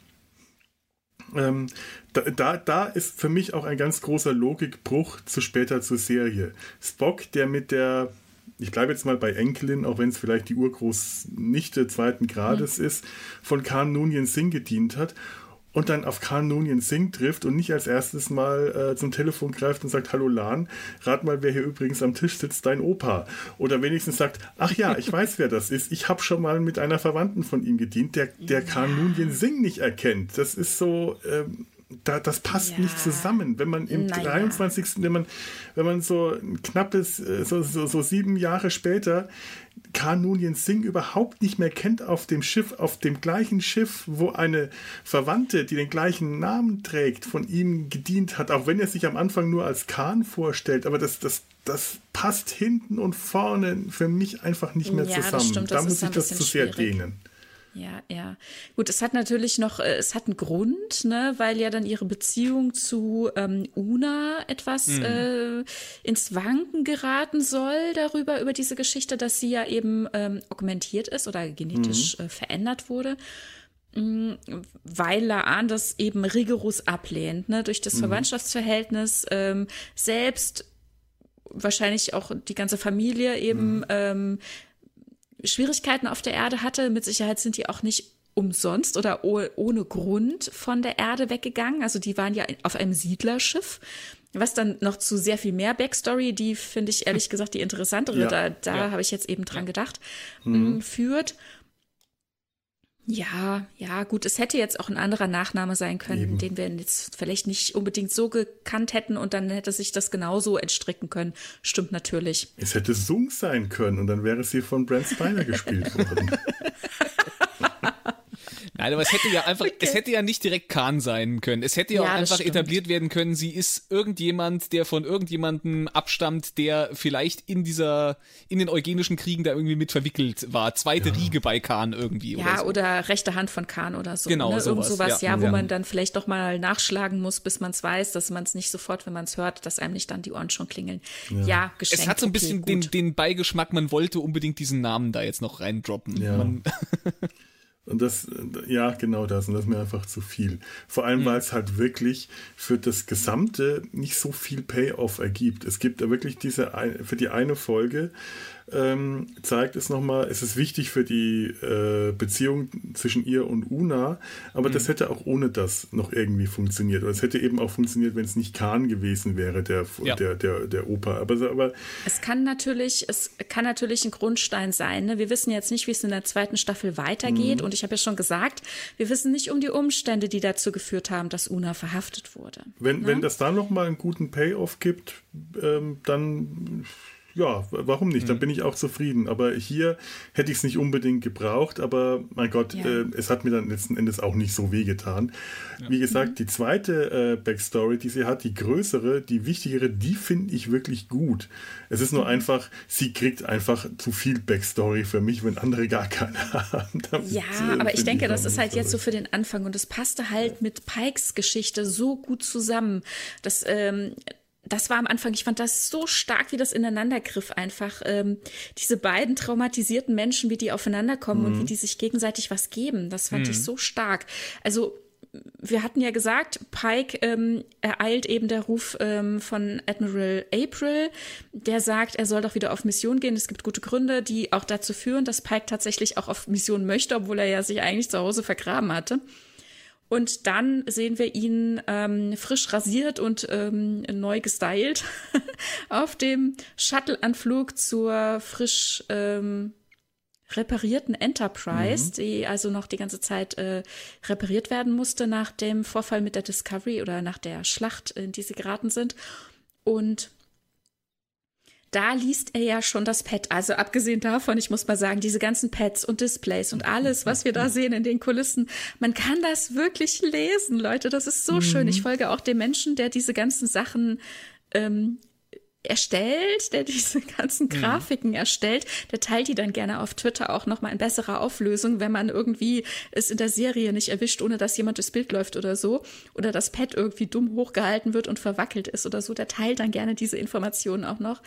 S1: da ist für mich auch ein ganz großer Logikbruch später zur Serie. Spock, der mit der, ich bleibe jetzt mal bei Enkelin, auch wenn es vielleicht die Urgroßnichte 2. Grades ist, von Khan Noonien Singh gedient hat und dann auf Khan Noonien Singh trifft und nicht als erstes mal zum Telefon greift und sagt, hallo Lan, rat mal, wer hier übrigens am Tisch sitzt, dein Opa. Oder wenigstens sagt, ach ja, ich weiß, wer das ist. Ich habe schon mal mit einer Verwandten von ihm gedient, der Khan Noonien Singh nicht erkennt. Das ist so, das passt nicht zusammen. Wenn man im 23. Wenn man so ein knappes, so 7 Jahre später Khan Noonien Singh überhaupt nicht mehr kennt auf dem gleichen Schiff, wo eine Verwandte, die den gleichen Namen trägt, von ihm gedient hat, auch wenn er sich am Anfang nur als Khan vorstellt, aber das passt hinten und vorne für mich einfach nicht mehr zusammen. Das stimmt, da muss ich das zu sehr dehnen.
S3: Ja. Gut, es hat natürlich noch, es hat einen Grund, ne, weil ja dann ihre Beziehung zu Una etwas ins Wanken geraten soll über diese Geschichte, dass sie ja eben augmentiert ist oder genetisch verändert wurde. Weil Laan das eben rigoros ablehnt, ne, durch das Verwandtschaftsverhältnis, selbst wahrscheinlich auch die ganze Familie eben Schwierigkeiten auf der Erde hatte. Mit Sicherheit sind die auch nicht umsonst oder ohne Grund von der Erde weggegangen. Also die waren ja auf einem Siedlerschiff, was dann noch zu sehr viel mehr Backstory, die finde ich ehrlich gesagt die interessantere, da habe ich jetzt eben dran gedacht, führt. Ja, gut, es hätte jetzt auch ein anderer Nachname sein können, den wir jetzt vielleicht nicht unbedingt so gekannt hätten und dann hätte sich das genauso entstricken können. Stimmt natürlich.
S1: Es hätte Sung sein können und dann wäre sie von Brent Spiner gespielt worden.
S2: Nein, aber es hätte ja nicht direkt Khan sein können. Es hätte ja auch einfach etabliert werden können, sie ist irgendjemand, der von irgendjemandem abstammt, der vielleicht in den eugenischen Kriegen da irgendwie mit verwickelt war. Zweite Riege bei Khan irgendwie oder so.
S3: Oder rechte Hand von Khan oder so.
S2: Genau,
S3: ne?
S2: sowas.
S3: Wo man dann vielleicht doch mal nachschlagen muss, bis man es weiß, dass man es nicht sofort, wenn man es hört, dass einem nicht dann die Ohren schon klingeln. Ja, geschenkt.
S2: Es hat so ein bisschen den Beigeschmack, man wollte unbedingt diesen Namen da jetzt noch reindroppen.
S1: Ja. Und das, genau das. Und das ist mir einfach zu viel. Vor allem, weil es halt wirklich für das Gesamte nicht so viel Payoff ergibt. Es gibt da wirklich für die eine Folge, zeigt es nochmal, es ist wichtig für die Beziehung zwischen ihr und Una, aber das hätte auch ohne das noch irgendwie funktioniert. Oder es hätte eben auch funktioniert, wenn es nicht Khan gewesen wäre, der Opa. Aber
S3: es kann natürlich ein Grundstein sein. Ne? Wir wissen jetzt nicht, wie es in der 2. Staffel weitergeht. Und ich habe ja schon gesagt, wir wissen nicht um die Umstände, die dazu geführt haben, dass Una verhaftet wurde.
S1: Wenn das da nochmal einen guten Payoff gibt, dann... Ja, warum nicht? Dann bin ich auch zufrieden. Aber hier hätte ich es nicht unbedingt gebraucht. Aber mein Gott, es hat mir dann letzten Endes auch nicht so wehgetan. Ja. Wie gesagt, die zweite Backstory, die sie hat, die größere, die wichtigere, die finde ich wirklich gut. Es ist nur einfach, sie kriegt einfach zu viel Backstory für mich, wenn andere gar keine haben.
S3: Aber ich denke, das ist halt jetzt so für den Anfang. Und das passte halt mit Pikes Geschichte so gut zusammen. Das war am Anfang, ich fand das so stark, wie das ineinander griff einfach. Diese beiden traumatisierten Menschen, wie die aufeinander kommen und wie die sich gegenseitig was geben, das fand ich so stark. Also wir hatten ja gesagt, Pike ereilt eben der Ruf von Admiral April, der sagt, er soll doch wieder auf Mission gehen. Es gibt gute Gründe, die auch dazu führen, dass Pike tatsächlich auch auf Mission möchte, obwohl er ja sich eigentlich zu Hause vergraben hatte. Und dann sehen wir ihn frisch rasiert und neu gestylt auf dem Shuttle-Anflug zur frisch reparierten Enterprise, die also noch die ganze Zeit repariert werden musste nach dem Vorfall mit der Discovery oder nach der Schlacht, in die sie geraten sind. Und da liest er ja schon das Pad. Also abgesehen davon, ich muss mal sagen, diese ganzen Pads und Displays und alles, was wir da sehen in den Kulissen, man kann das wirklich lesen, Leute. Das ist so schön. Ich folge auch dem Menschen, der diese ganzen Sachen erstellt, der diese ganzen Grafiken erstellt, der teilt die dann gerne auf Twitter auch nochmal in besserer Auflösung, wenn man irgendwie es in der Serie nicht erwischt, ohne dass jemand das Bild läuft oder so, oder das Pad irgendwie dumm hochgehalten wird und verwackelt ist oder so, der teilt dann gerne diese Informationen auch noch.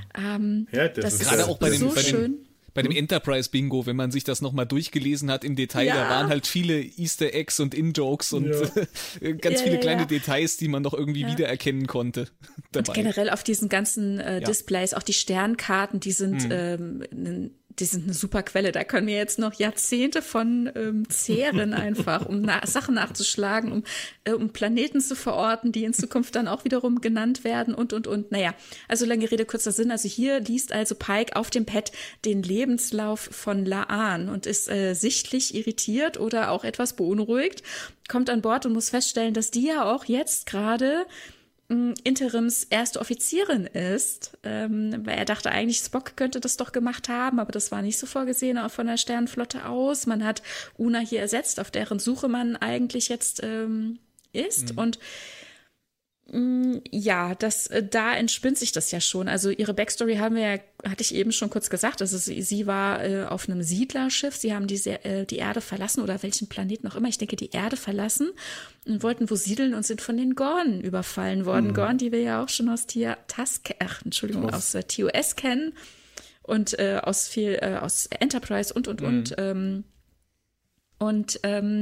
S2: Das ist gerade auch so schön. Bei dem Enterprise-Bingo, wenn man sich das nochmal durchgelesen hat im Detail, da waren halt viele Easter Eggs und In-Jokes und ganz viele kleine Details, die man noch irgendwie wiedererkennen konnte. Dabei.
S3: Und generell auf diesen ganzen Displays, auch die Sternkarten, die sind die sind eine super Quelle. Da können wir jetzt noch Jahrzehnte von zehren einfach, um Sachen nachzuschlagen, um Planeten zu verorten, die in Zukunft dann auch wiederum genannt werden und. Naja, also lange Rede, kurzer Sinn. Also hier liest also Pike auf dem Pad den Lebenslauf von La'an und ist sichtlich irritiert oder auch etwas beunruhigt, kommt an Bord und muss feststellen, dass die ja auch jetzt gerade Interims erste Offizierin ist, weil er dachte eigentlich, Spock könnte das doch gemacht haben, aber das war nicht so vorgesehen, auch von der Sternenflotte aus. Man hat Una hier ersetzt, auf deren Suche man eigentlich jetzt ist und ja, da entspinnt sich das ja schon. Also ihre Backstory hatte ich eben schon kurz gesagt. Also sie war auf einem Siedlerschiff. Sie haben die Erde verlassen oder welchen Planeten auch immer. Ich denke, die Erde verlassen und wollten wo siedeln und sind von den Gorn überfallen worden. Gorn, die wir ja auch schon aus aus TOS kennen und aus Enterprise und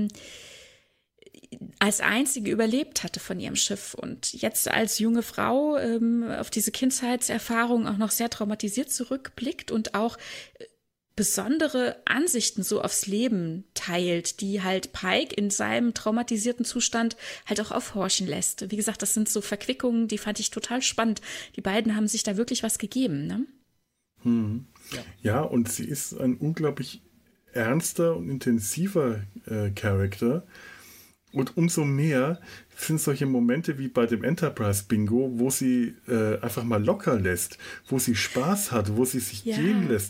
S3: als einzige überlebt hatte von ihrem Schiff und jetzt als junge Frau auf diese Kindheitserfahrung auch noch sehr traumatisiert zurückblickt und auch besondere Ansichten so aufs Leben teilt, die halt Pike in seinem traumatisierten Zustand halt auch aufhorchen lässt. Wie gesagt, das sind so Verquickungen, die fand ich total spannend. Die beiden haben sich da wirklich was gegeben, ne?
S1: Ja, und sie ist ein unglaublich ernster und intensiver Charakter. Und umso mehr sind solche Momente wie bei dem Enterprise-Bingo, wo sie einfach mal locker lässt, wo sie Spaß hat, wo sie sich gehen lässt,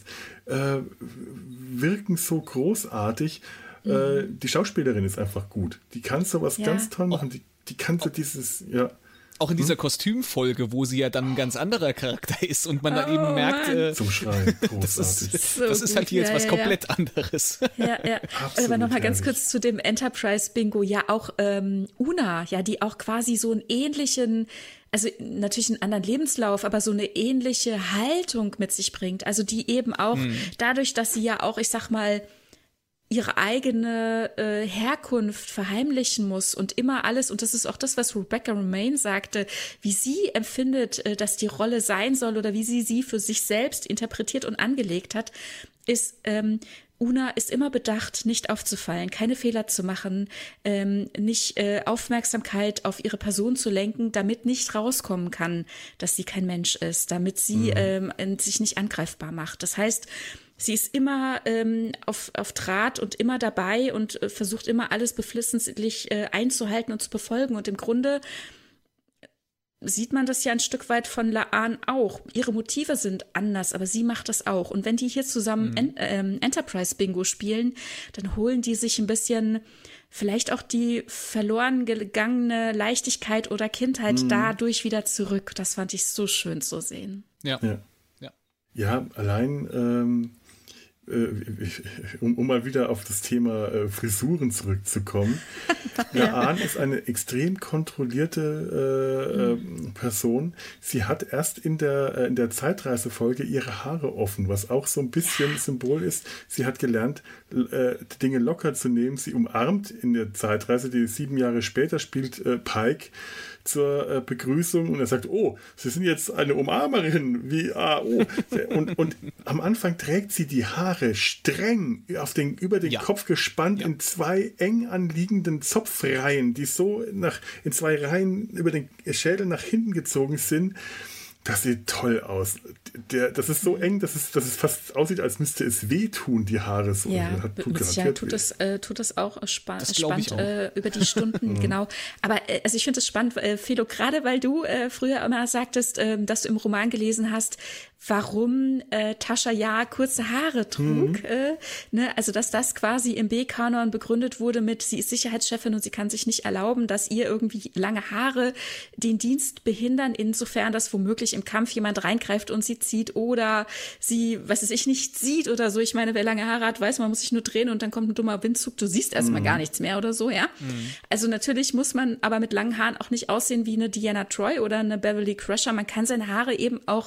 S1: wirken so großartig. Die Schauspielerin ist einfach gut. Die kann sowas ganz toll machen. Die kann so dieses,
S2: Auch in dieser Kostümfolge, wo sie ja dann ein ganz anderer Charakter ist und man dann eben merkt,
S1: zum Schreien,
S2: großartig. Das ist halt hier jetzt was komplett anderes.
S3: Ja. Aber nochmal ganz kurz zu dem Enterprise-Bingo. Ja, auch Una, ja, die auch quasi so einen ähnlichen, also natürlich einen anderen Lebenslauf, aber so eine ähnliche Haltung mit sich bringt. Also die eben auch dadurch, dass sie ja auch, ich sag mal, ihre eigene Herkunft verheimlichen muss und immer alles, und das ist auch das, was Rebecca Romijn sagte, wie sie empfindet, dass die Rolle sein soll oder wie sie für sich selbst interpretiert und angelegt hat, ist Una ist immer bedacht, nicht aufzufallen, keine Fehler zu machen, nicht Aufmerksamkeit auf ihre Person zu lenken, damit nicht rauskommen kann, dass sie kein Mensch ist, damit sie sich nicht angreifbar macht. Das heißt, sie ist immer auf Draht und immer dabei und versucht immer alles beflissentlich einzuhalten und zu befolgen. Und im Grunde sieht man das ja ein Stück weit von La'an auch. Ihre Motive sind anders, aber sie macht das auch. Und wenn die hier zusammen Enterprise-Bingo spielen, dann holen die sich ein bisschen vielleicht auch die verloren gegangene Leichtigkeit oder Kindheit dadurch wieder zurück. Das fand ich so schön zu sehen.
S1: Ja, allein um mal wieder auf das Thema Frisuren zurückzukommen. La'an ist eine extrem kontrollierte Person. Sie hat erst in der Zeitreisefolge ihre Haare offen, was auch so ein bisschen Symbol ist. Sie hat gelernt, Dinge locker zu nehmen. Sie umarmt in der Zeitreise, die 7 Jahre später spielt Pike zur Begrüßung und er sagt, oh, Sie sind jetzt eine Umarmerin, und am Anfang trägt sie die Haare streng über den Kopf gespannt in 2 eng anliegenden Zopfreihen, die so in 2 Reihen über den Schädel nach hinten gezogen sind. Das sieht toll aus. Das ist so eng, dass es fast aussieht, als müsste es wehtun, die Haare so.
S3: Ja, tut das auch spannend über die Stunden, genau. Aber also ich finde es spannend, Felo, gerade weil du früher immer sagtest, dass du im Roman gelesen hast, warum Tascha Yar kurze Haare trug. Also dass das quasi im B-Kanon begründet wurde mit, sie ist Sicherheitschefin und sie kann sich nicht erlauben, dass ihr irgendwie lange Haare den Dienst behindern, insofern dass womöglich im Kampf jemand reingreift und sie zieht oder sie, nicht sieht oder so. Ich meine, wer lange Haare hat, weiß, man muss sich nur drehen und dann kommt ein dummer Windzug, du siehst erstmal gar nichts mehr oder so, ja. Also natürlich muss man aber mit langen Haaren auch nicht aussehen wie eine Diana Troy oder eine Beverly Crusher. Man kann seine Haare eben auch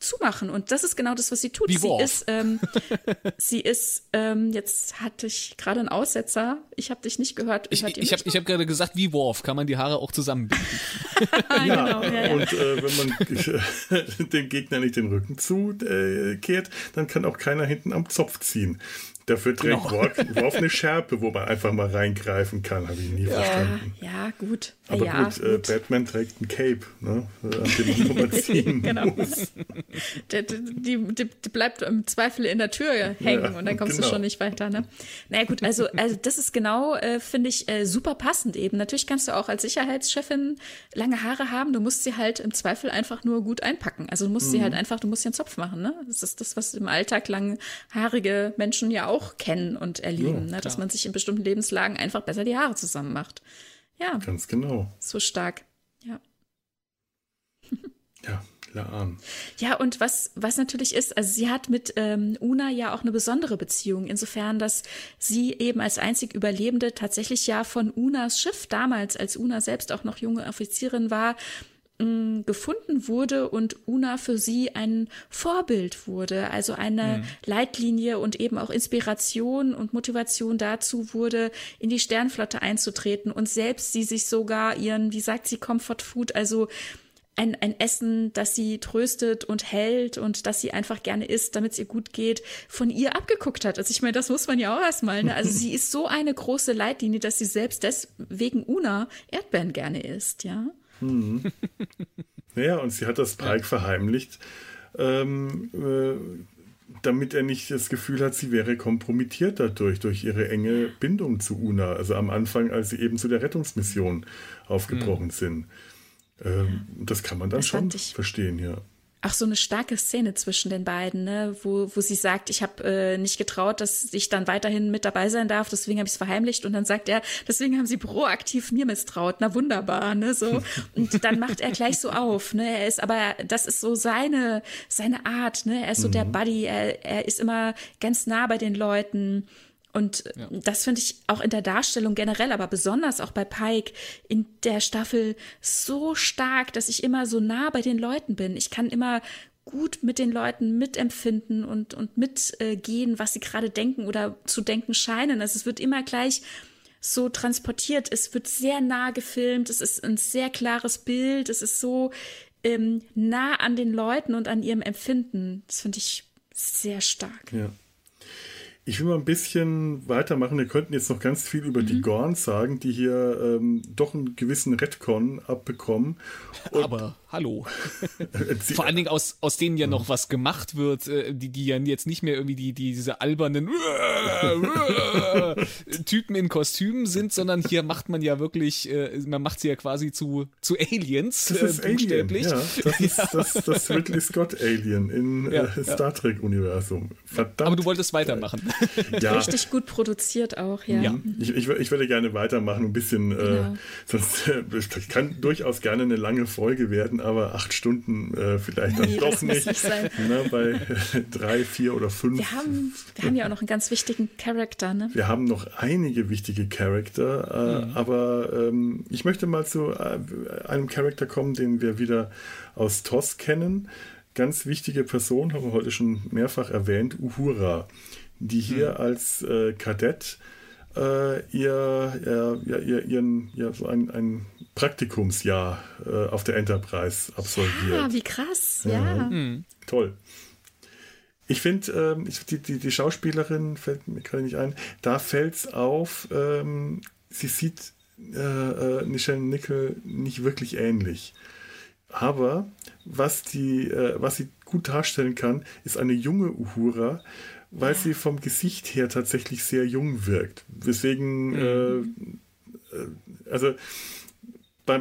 S3: zumachen. Und das ist genau das, was sie tut.
S2: Wie
S3: Sie ist, jetzt hatte ich gerade einen Aussetzer. Ich habe dich nicht gehört.
S2: Ich hab gerade gesagt, wie Worf kann man die Haare auch zusammenbinden.
S1: Genau, ja. Und wenn man dem Gegner nicht den Rücken zukehrt, dann kann auch keiner hinten am Zopf ziehen. Dafür trägt Worf eine Schärpe, wo man einfach mal reingreifen kann. Habe ich nie verstanden.
S3: Ja, gut.
S1: Aber gut, Batman trägt ein Cape, ne, an dem man ziehen muss.
S3: Die bleibt im Zweifel in der Tür hängen und dann kommst du schon nicht weiter. Ne? Naja gut, also das ist genau, finde ich, super passend eben. Natürlich kannst du auch als Sicherheitschefin lange Haare haben. Du musst sie halt im Zweifel einfach nur gut einpacken. Also du musst sie halt einfach, du musst den Zopf machen. Ne? Das ist das, was im Alltag langhaarige Menschen ja auch kennen und erleben, ne? Dass man sich in bestimmten Lebenslagen einfach besser die Haare zusammen macht. Ja.
S1: Ganz genau.
S3: So stark. Ja.
S1: Ja, Laan.
S3: Ja, und was natürlich ist, also sie hat mit Una ja auch eine besondere Beziehung, insofern, dass sie eben als einzig Überlebende tatsächlich ja von Unas Schiff damals, als Una selbst auch noch junge Offizierin war, gefunden wurde und Una für sie ein Vorbild wurde, also eine Leitlinie und eben auch Inspiration und Motivation dazu wurde, in die Sternflotte einzutreten und selbst sie sich sogar ihren, wie sagt sie, Comfort Food, also ein Essen, das sie tröstet und hält und das sie einfach gerne isst, damit es ihr gut geht, von ihr abgeguckt hat. Also ich meine, das muss man ja auch erstmal, ne? Also sie ist so eine große Leitlinie, dass sie selbst deswegen Una Erdbeeren gerne isst, ja.
S1: Naja, und sie hat das Pike verheimlicht, damit er nicht das Gefühl hat, sie wäre kompromittiert durch ihre enge Bindung zu Una. Also am Anfang, als sie eben zu der Rettungsmission aufgebrochen sind. Das kann man dann schon verstehen, ja.
S3: Auch so eine starke Szene zwischen den beiden, ne? wo sie sagt, ich habe nicht getraut, dass ich dann weiterhin mit dabei sein darf, deswegen habe ich es verheimlicht. Und dann sagt er, deswegen haben sie proaktiv mir misstraut. Na wunderbar, ne? So. Und dann macht er gleich so auf. Ne? Er ist aber, das ist so seine Art, ne? Er ist so der Buddy, er ist immer ganz nah bei den Leuten. Und das finde ich auch in der Darstellung generell, aber besonders auch bei Pike in der Staffel so stark, dass ich immer so nah bei den Leuten bin. Ich kann immer gut mit den Leuten mitempfinden und mitgehen, was sie gerade denken oder zu denken scheinen. Also es wird immer gleich so transportiert. Es wird sehr nah gefilmt. Es ist ein sehr klares Bild. Es ist so nah an den Leuten und an ihrem Empfinden. Das finde ich sehr stark.
S1: Ja. Ich will mal ein bisschen weitermachen. Wir könnten jetzt noch ganz viel über die Gorns sagen, die hier doch einen gewissen Retcon abbekommen.
S2: Aber hallo. Vor allen Dingen aus denen ja noch was gemacht wird, die ja jetzt nicht mehr irgendwie diese albernen Typen in Kostümen sind, sondern hier macht man ja wirklich, man macht sie ja quasi zu Aliens.
S1: Das ist Alien, ja. Das ist das Ridley Scott Alien im Star Trek-Universum. Verdammt.
S2: Aber du wolltest weitermachen.
S1: Ja.
S3: Richtig gut produziert auch, ja.
S1: Ich würde gerne weitermachen, ein bisschen, sonst kann durchaus gerne eine lange Folge werden, aber 8 Stunden vielleicht dann doch nicht. Ne, bei 3, 4 oder 5.
S3: Wir haben ja auch noch einen ganz wichtigen Charakter, ne?
S1: Wir haben noch einige wichtige Charakter, aber ich möchte mal zu einem Charakter kommen, den wir wieder aus TOS kennen. Ganz wichtige Person, haben wir heute schon mehrfach erwähnt, Uhura, die hier als Kadett ein Praktikumsjahr auf der Enterprise absolviert.
S3: Ja, wie krass, ja.
S1: Toll. Ich finde, die Schauspielerin fällt mir gerade nicht ein, da fällt es auf, sie sieht Nichelle Nichols nicht wirklich ähnlich. Aber was sie gut darstellen kann, ist eine junge Uhura, weil sie vom Gesicht her tatsächlich sehr jung wirkt. Deswegen, also bei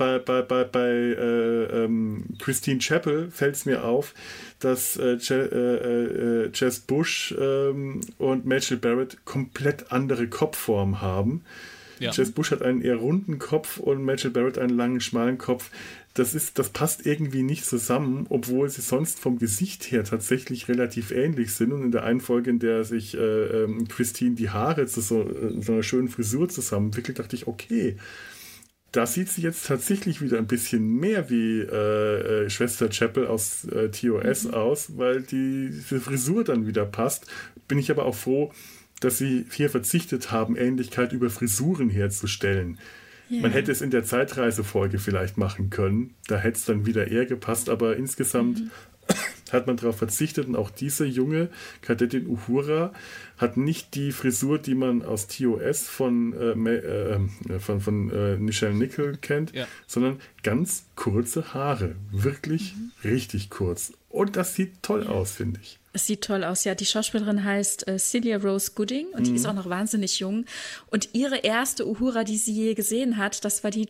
S1: Christine Chapel fällt es mir auf, dass Jess Bush und Majel Barrett komplett andere Kopfformen haben. Ja. Jess Bush hat einen eher runden Kopf und Majel Barrett einen langen, schmalen Kopf. Das passt irgendwie nicht zusammen, obwohl sie sonst vom Gesicht her tatsächlich relativ ähnlich sind. Und in der einen Folge, in der sich Christine die Haare zu so einer schönen Frisur zusammenwickelt, dachte ich, okay, da sieht sie jetzt tatsächlich wieder ein bisschen mehr wie Schwester Chapel aus TOS aus, weil diese Frisur dann wieder passt. Bin ich aber auch froh, dass sie hier verzichtet haben, Ähnlichkeit über Frisuren herzustellen. Yeah. Man hätte es in der Zeitreisefolge vielleicht machen können. Da hätte es dann wieder eher gepasst, aber insgesamt hat man darauf verzichtet und auch diese junge Kadettin Uhura hat nicht die Frisur, die man aus TOS von Nichelle Nichols kennt, sondern ganz kurze Haare. Wirklich richtig kurz. Und das sieht toll aus, finde ich.
S3: Es sieht toll aus, ja. Die Schauspielerin heißt Celia Rose Gooding und die ist auch noch wahnsinnig jung. Und ihre erste Uhura, die sie je gesehen hat, das war die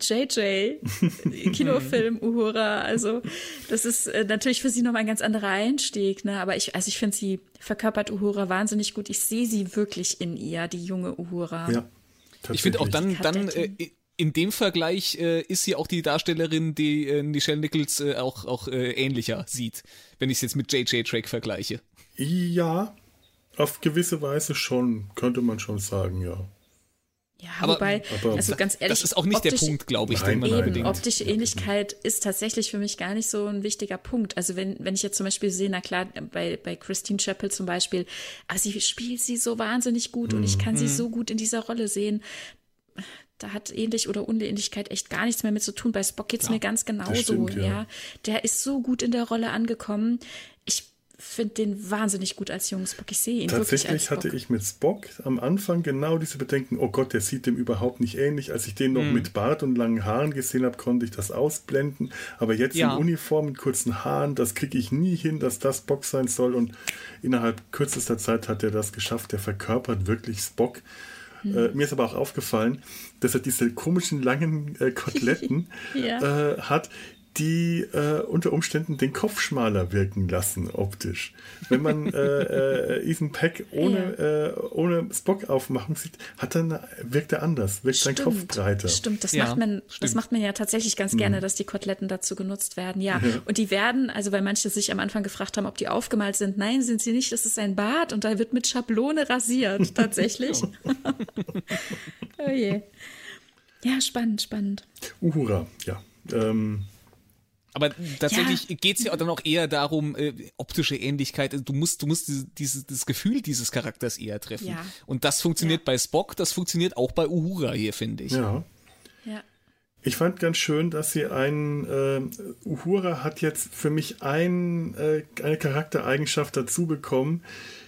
S3: JJ-Kinofilm Uhura. Also das ist natürlich für sie nochmal ein ganz anderer Einstieg. Ne? Aber ich finde, sie verkörpert Uhura wahnsinnig gut. Ich sehe sie wirklich in ihr, die junge Uhura.
S1: Ja,
S2: ich finde auch dann in dem Vergleich ist sie auch die Darstellerin, die Nichelle Nichols auch ähnlicher sieht, wenn ich es jetzt mit JJ Track vergleiche.
S1: Ja, auf gewisse Weise schon, könnte man schon sagen, ja.
S3: Ja, aber also ganz ehrlich,
S2: das ist auch nicht der Punkt, glaube ich, den man unbedingt.
S3: Optische Ähnlichkeit ist tatsächlich für mich gar nicht so ein wichtiger Punkt. Also wenn ich jetzt zum Beispiel sehe, na klar, bei Christine Chapel zum Beispiel, aber sie spielt sie so wahnsinnig gut und ich kann sie so gut in dieser Rolle sehen. Da hat Ähnlich oder Unähnlichkeit echt gar nichts mehr mit zu tun. Bei Spock geht's mir ganz genauso. Stimmt, ja. Der ist so gut in der Rolle angekommen. Ich finde den wahnsinnig gut als jungen Spock. Ich sehe ihn
S1: tatsächlich
S3: wirklich als Spock.
S1: Hatte ich mit Spock am Anfang genau diese Bedenken, oh Gott, der sieht dem überhaupt nicht ähnlich. Als ich den noch mit Bart und langen Haaren gesehen habe, konnte ich das ausblenden. Aber jetzt in Uniform mit kurzen Haaren, das kriege ich nie hin, dass das Spock sein soll. Und innerhalb kürzester Zeit hat er das geschafft. Der verkörpert wirklich Spock. Mir ist aber auch aufgefallen, dass er diese komischen langen Koteletten hat, die unter Umständen den Kopf schmaler wirken lassen, optisch. Wenn man Ethan Peck ohne Spock-Aufmachung sieht, wirkt er anders, wirkt sein Kopf breiter.
S3: Stimmt, das macht man ja tatsächlich ganz gerne, dass die Koteletten dazu genutzt werden. Ja, und die werden, also weil manche sich am Anfang gefragt haben, ob die aufgemalt sind. Nein, sind sie nicht, das ist ein Bart und da wird mit Schablone rasiert, tatsächlich. Oh je. Ja, spannend.
S1: Uhura, ja.
S2: Aber tatsächlich geht's ja dann auch eher darum, optische Ähnlichkeit. Du musst das Gefühl dieses Charakters eher treffen. Ja. Und das funktioniert bei Spock, das funktioniert auch bei Uhura hier, finde ich.
S1: Ja. Ich fand ganz schön, dass sie Uhura hat jetzt für mich eine Charaktereigenschaft dazu bekommen,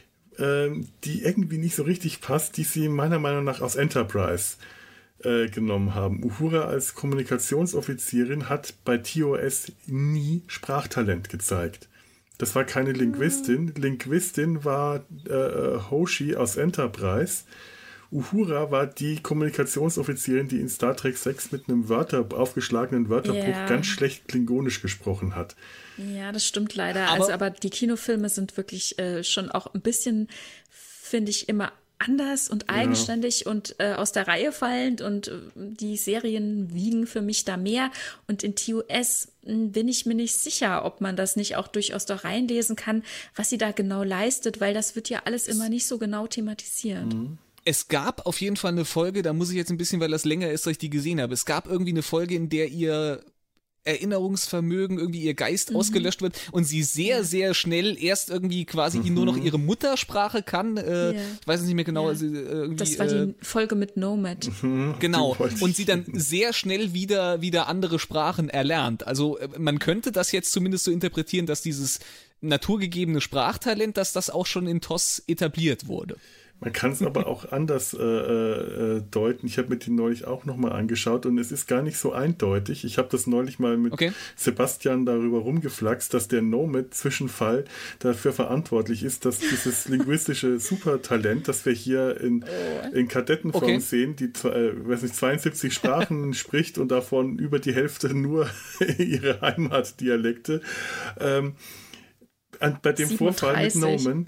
S1: die irgendwie nicht so richtig passt, die sie meiner Meinung nach aus Enterprise genommen haben. Uhura als Kommunikationsoffizierin hat bei TOS nie Sprachtalent gezeigt. Das war keine Linguistin. Linguistin war Hoshi aus Enterprise. Uhura war die Kommunikationsoffizierin, die in Star Trek 6 mit einem aufgeschlagenen Wörterbuch ganz schlecht klingonisch gesprochen hat.
S3: Ja, das stimmt leider. Aber die Kinofilme sind wirklich schon auch ein bisschen, finde ich, immer anders und eigenständig und aus der Reihe fallend und die Serien wiegen für mich da mehr und in TOS bin ich mir nicht sicher, ob man das nicht auch durchaus da reinlesen kann, was sie da genau leistet, weil das wird ja alles immer nicht so genau thematisiert.
S2: Es gab auf jeden Fall eine Folge, da muss ich jetzt ein bisschen, weil das länger ist, dass ich die gesehen habe, es gab irgendwie eine Folge, in der ihr Erinnerungsvermögen, irgendwie ihr Geist ausgelöscht wird und sie sehr, sehr schnell erst irgendwie quasi nur noch ihre Muttersprache kann. Ich weiß es nicht mehr genau. Also,
S3: das war die Folge mit Nomad.
S2: Genau. Und sie dann sehr schnell wieder andere Sprachen erlernt. Also man könnte das jetzt zumindest so interpretieren, dass dieses naturgegebene Sprachtalent, dass das auch schon in TOS etabliert wurde.
S1: Man kann es aber auch anders deuten. Ich habe mir die neulich auch nochmal angeschaut und es ist gar nicht so eindeutig. Ich habe das neulich mal mit Sebastian darüber rumgeflaxt, dass der Nomad-Zwischenfall dafür verantwortlich ist, dass dieses linguistische Supertalent, das wir hier in Kadettenform sehen, die 72 Sprachen spricht und davon über die Hälfte nur ihre Heimatdialekte. Bei dem 37. Vorfall mit Nomen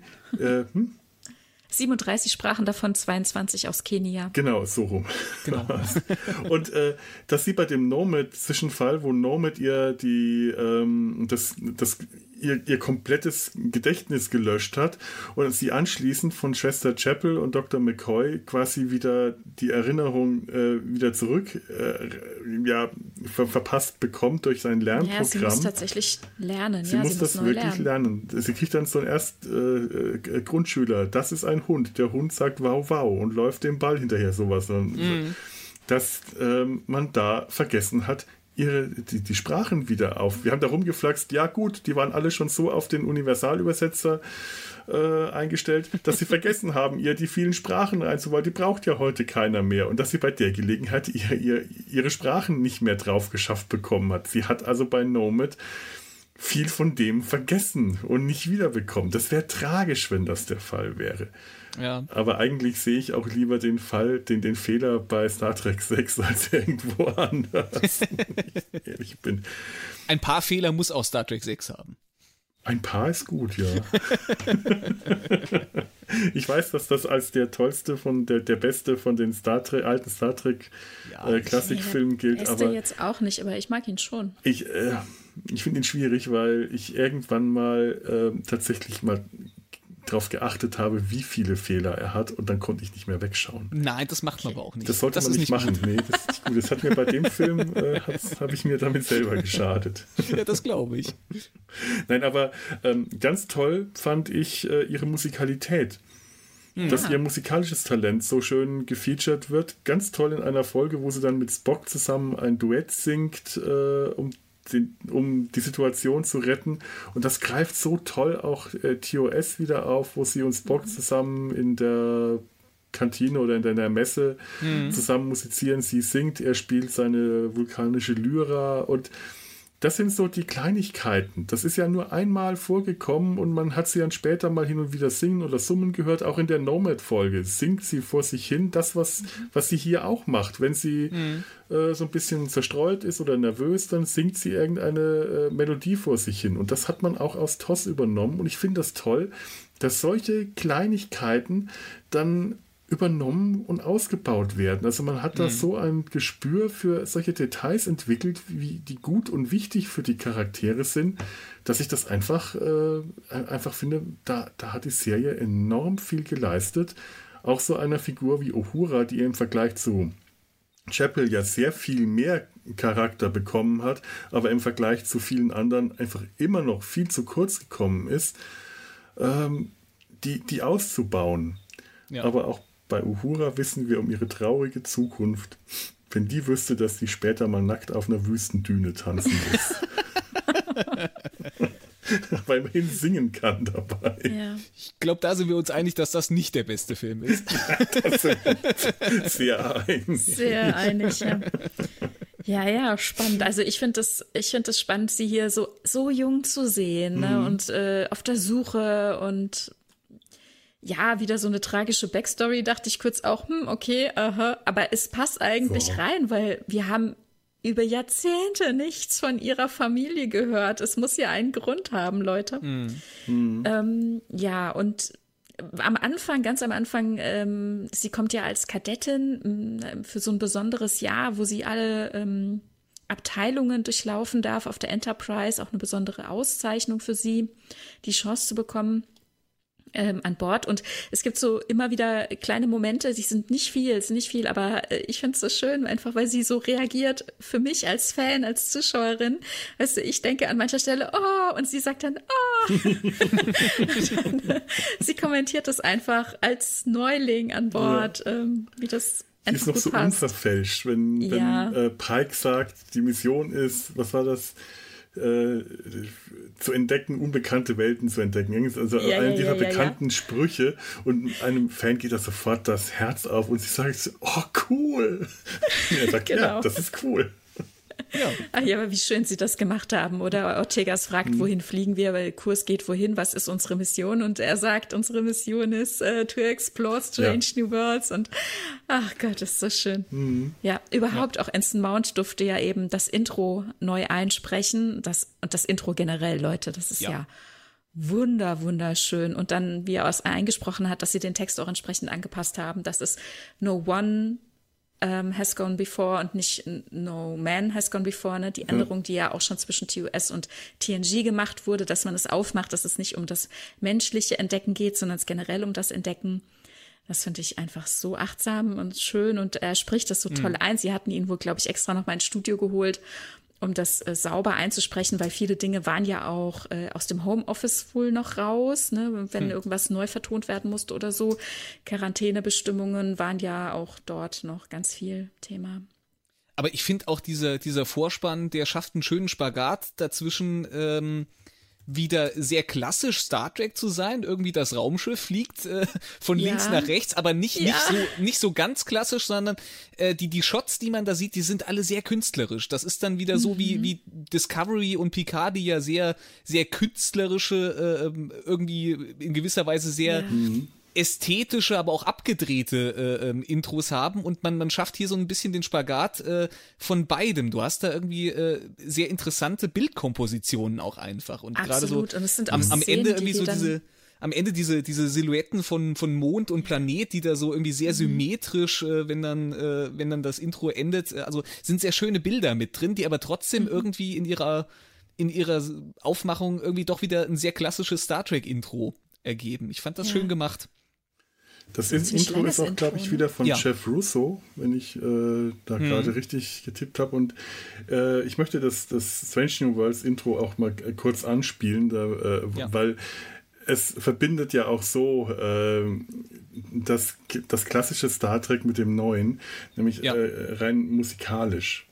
S3: 37 Sprachen, davon 22 aus Kenia.
S1: Genau, so rum. Genau. Und dass sie bei dem Nomad-Zwischenfall, wo Nomad ihr ihr komplettes Gedächtnis gelöscht hat und sie anschließend von Schwester Chapel und Dr. McCoy quasi wieder die Erinnerung wieder zurück verpasst bekommt durch sein Lernprogramm. Ja,
S3: sie muss tatsächlich lernen.
S1: Sie muss das wirklich lernen. Sie kriegt dann so einen Grundschüler. Das ist ein Hund. Der Hund sagt wow, wow und läuft dem Ball hinterher, sowas. Dass man da vergessen hat, die Sprachen wieder auf. Wir haben da rumgeflaxt, ja gut, die waren alle schon so auf den Universalübersetzer eingestellt, dass sie vergessen haben, ihr die vielen Sprachen reinzubauen. Die braucht ja heute keiner mehr. Und dass sie bei der Gelegenheit ihre Sprachen nicht mehr drauf geschafft bekommen hat. Sie hat also bei Nomad viel von dem vergessen und nicht wiederbekommen. Das wäre tragisch, wenn das der Fall wäre. Ja. Aber eigentlich sehe ich auch lieber den Fall, den Fehler bei Star Trek 6 als irgendwo anders. Wenn ich ehrlich bin.
S2: Ein paar Fehler muss auch Star Trek 6 haben.
S1: Ein paar ist gut, ja. Ich weiß, dass das als der tollste der beste von den alten Star Trek Klassikfilmen gilt.
S3: Der beste jetzt auch nicht, aber ich mag ihn schon.
S1: Ich finde ihn schwierig, weil ich irgendwann mal tatsächlich mal darauf geachtet habe, wie viele Fehler er hat und dann konnte ich nicht mehr wegschauen.
S2: Nein, das macht man aber auch nicht.
S1: Das sollte man nicht machen. Nee, das ist nicht gut. Das hat mir bei dem Film, habe ich mir damit selber geschadet.
S2: Ja, das glaube ich.
S1: Nein, aber ganz toll fand ich ihre Musikalität. Ja. Dass ihr musikalisches Talent so schön gefeatured wird. Ganz toll in einer Folge, wo sie dann mit Spock zusammen ein Duett singt, um die Situation zu retten. Und das greift so toll auch TOS wieder auf, wo sie und Spock zusammen in der Kantine oder in der Messe zusammen musizieren. Sie singt, er spielt seine vulkanische Lyra und das sind so die Kleinigkeiten. Das ist ja nur einmal vorgekommen und man hat sie dann später mal hin und wieder singen oder summen gehört. Auch in der Nomad-Folge singt sie vor sich hin das, was sie hier auch macht. Wenn sie so ein bisschen zerstreut ist oder nervös, dann singt sie irgendeine Melodie vor sich hin. Und das hat man auch aus TOS übernommen. Und ich finde das toll, dass solche Kleinigkeiten dann übernommen und ausgebaut werden. Also man hat da so ein Gespür für solche Details entwickelt, wie die gut und wichtig für die Charaktere sind, dass ich das einfach finde, da hat die Serie enorm viel geleistet. Auch so einer Figur wie Uhura, die im Vergleich zu Chapel ja sehr viel mehr Charakter bekommen hat, aber im Vergleich zu vielen anderen einfach immer noch viel zu kurz gekommen ist, die auszubauen. Ja. Aber auch bei Uhura wissen wir um ihre traurige Zukunft. Wenn die wüsste, dass sie später mal nackt auf einer Wüstendüne tanzen muss. Aber immerhin singen kann dabei.
S3: Ja.
S2: Ich glaube, da sind wir uns einig, dass das nicht der beste Film ist.
S1: Das sind sehr einig.
S3: Sehr einig, ja. Ja, spannend. Also ich finde das spannend, sie hier so jung zu sehen, ne? Und auf der Suche und ja, wieder so eine tragische Backstory, dachte ich kurz auch, okay, aber es passt eigentlich rein, weil wir haben über Jahrzehnte nichts von ihrer Familie gehört. Es muss ja einen Grund haben, Leute. Ja, und ganz am Anfang, sie kommt ja als Kadettin für so ein besonderes Jahr, wo sie alle Abteilungen durchlaufen darf auf der Enterprise, auch eine besondere Auszeichnung für sie, die Chance zu bekommen an Bord. Und es gibt so immer wieder kleine Momente, die sind nicht viel, aber ich finde es so schön, einfach weil sie so reagiert für mich als Fan, als Zuschauerin. Weißt du, ich denke an mancher Stelle, und sie sagt dann, sie kommentiert das einfach als Neuling an Bord, wie das einfach
S1: ist noch so
S3: passt.
S1: Unverfälscht, wenn Pike sagt, die Mission ist, was war das? Zu entdecken, unbekannte Welten zu entdecken. Also einen dieser bekannten Sprüche und einem Fan geht da sofort das Herz auf und sie sagt, cool. Und er sagt, ja, das ist cool.
S3: Ja. Ach ja, aber wie schön sie das gemacht haben. Oder Ortegas fragt, wohin fliegen wir, weil Kurs geht wohin, was ist unsere Mission? Und er sagt, unsere Mission ist to explore strange new worlds. Und ach Gott, ist so schön. Ja, überhaupt auch Anson Mount durfte ja eben das Intro neu einsprechen. Und das Intro generell, Leute, das ist ja wunderschön. Und dann, wie er es eingesprochen hat, dass sie den Text auch entsprechend angepasst haben, dass es No One Has Gone Before und nicht No Man Has Gone Before, ne? Die Änderung, die ja auch schon zwischen TOS und TNG gemacht wurde, dass man es aufmacht, dass es nicht um das menschliche Entdecken geht, sondern es generell um das Entdecken. Das finde ich einfach so achtsam und schön und er spricht das so toll ein. Sie hatten ihn wohl, glaube ich, extra noch mal ins Studio geholt, um das sauber einzusprechen, weil viele Dinge waren ja auch aus dem Homeoffice wohl noch raus, ne? Wenn irgendwas neu vertont werden musste oder so. Quarantänebestimmungen waren ja auch dort noch ganz viel Thema.
S2: Aber ich finde auch dieser Vorspann, der schafft einen schönen Spagat dazwischen, wieder sehr klassisch Star Trek zu sein. Irgendwie das Raumschiff fliegt von links nach rechts, aber nicht so ganz klassisch, sondern die Shots, die man da sieht, die sind alle sehr künstlerisch. Das ist dann wieder so wie Discovery und Picard, die ja sehr, sehr künstlerische, irgendwie in gewisser Weise sehr ästhetische, aber auch abgedrehte Intros haben und man schafft hier so ein bisschen den Spagat von beidem. Du hast da irgendwie sehr interessante Bildkompositionen auch einfach und gerade so
S3: und es sind auch
S2: am
S3: Szenen,
S2: Ende irgendwie so diese Silhouetten von Mond und Planet, die da so irgendwie sehr symmetrisch, wenn dann das Intro endet, also sind sehr schöne Bilder mit drin, die aber trotzdem irgendwie in ihrer Aufmachung irgendwie doch wieder ein sehr klassisches Star Trek Intro ergeben. Ich fand das schön gemacht.
S1: Das Intro ist auch, glaube ich, wieder von Jeff Russo, wenn ich da gerade richtig getippt habe. Und ich möchte das Strange New Worlds Intro auch mal kurz anspielen, weil es verbindet ja auch so das klassische Star Trek mit dem neuen, nämlich rein musikalisch.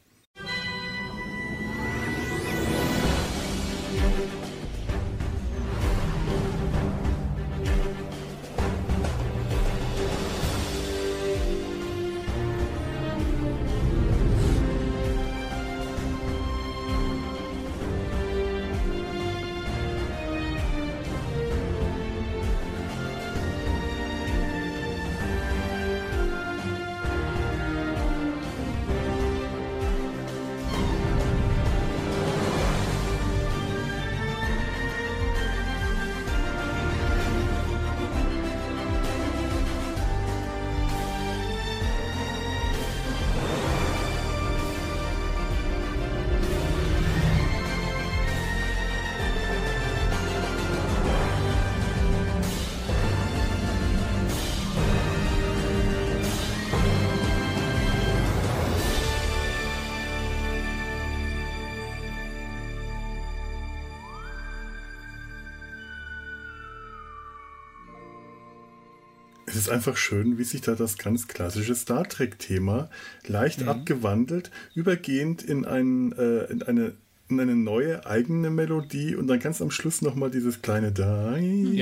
S1: Es ist einfach schön, wie sich da das ganz klassische Star Trek-Thema leicht abgewandelt, übergehend in eine neue eigene Melodie und dann ganz am Schluss nochmal dieses kleine da.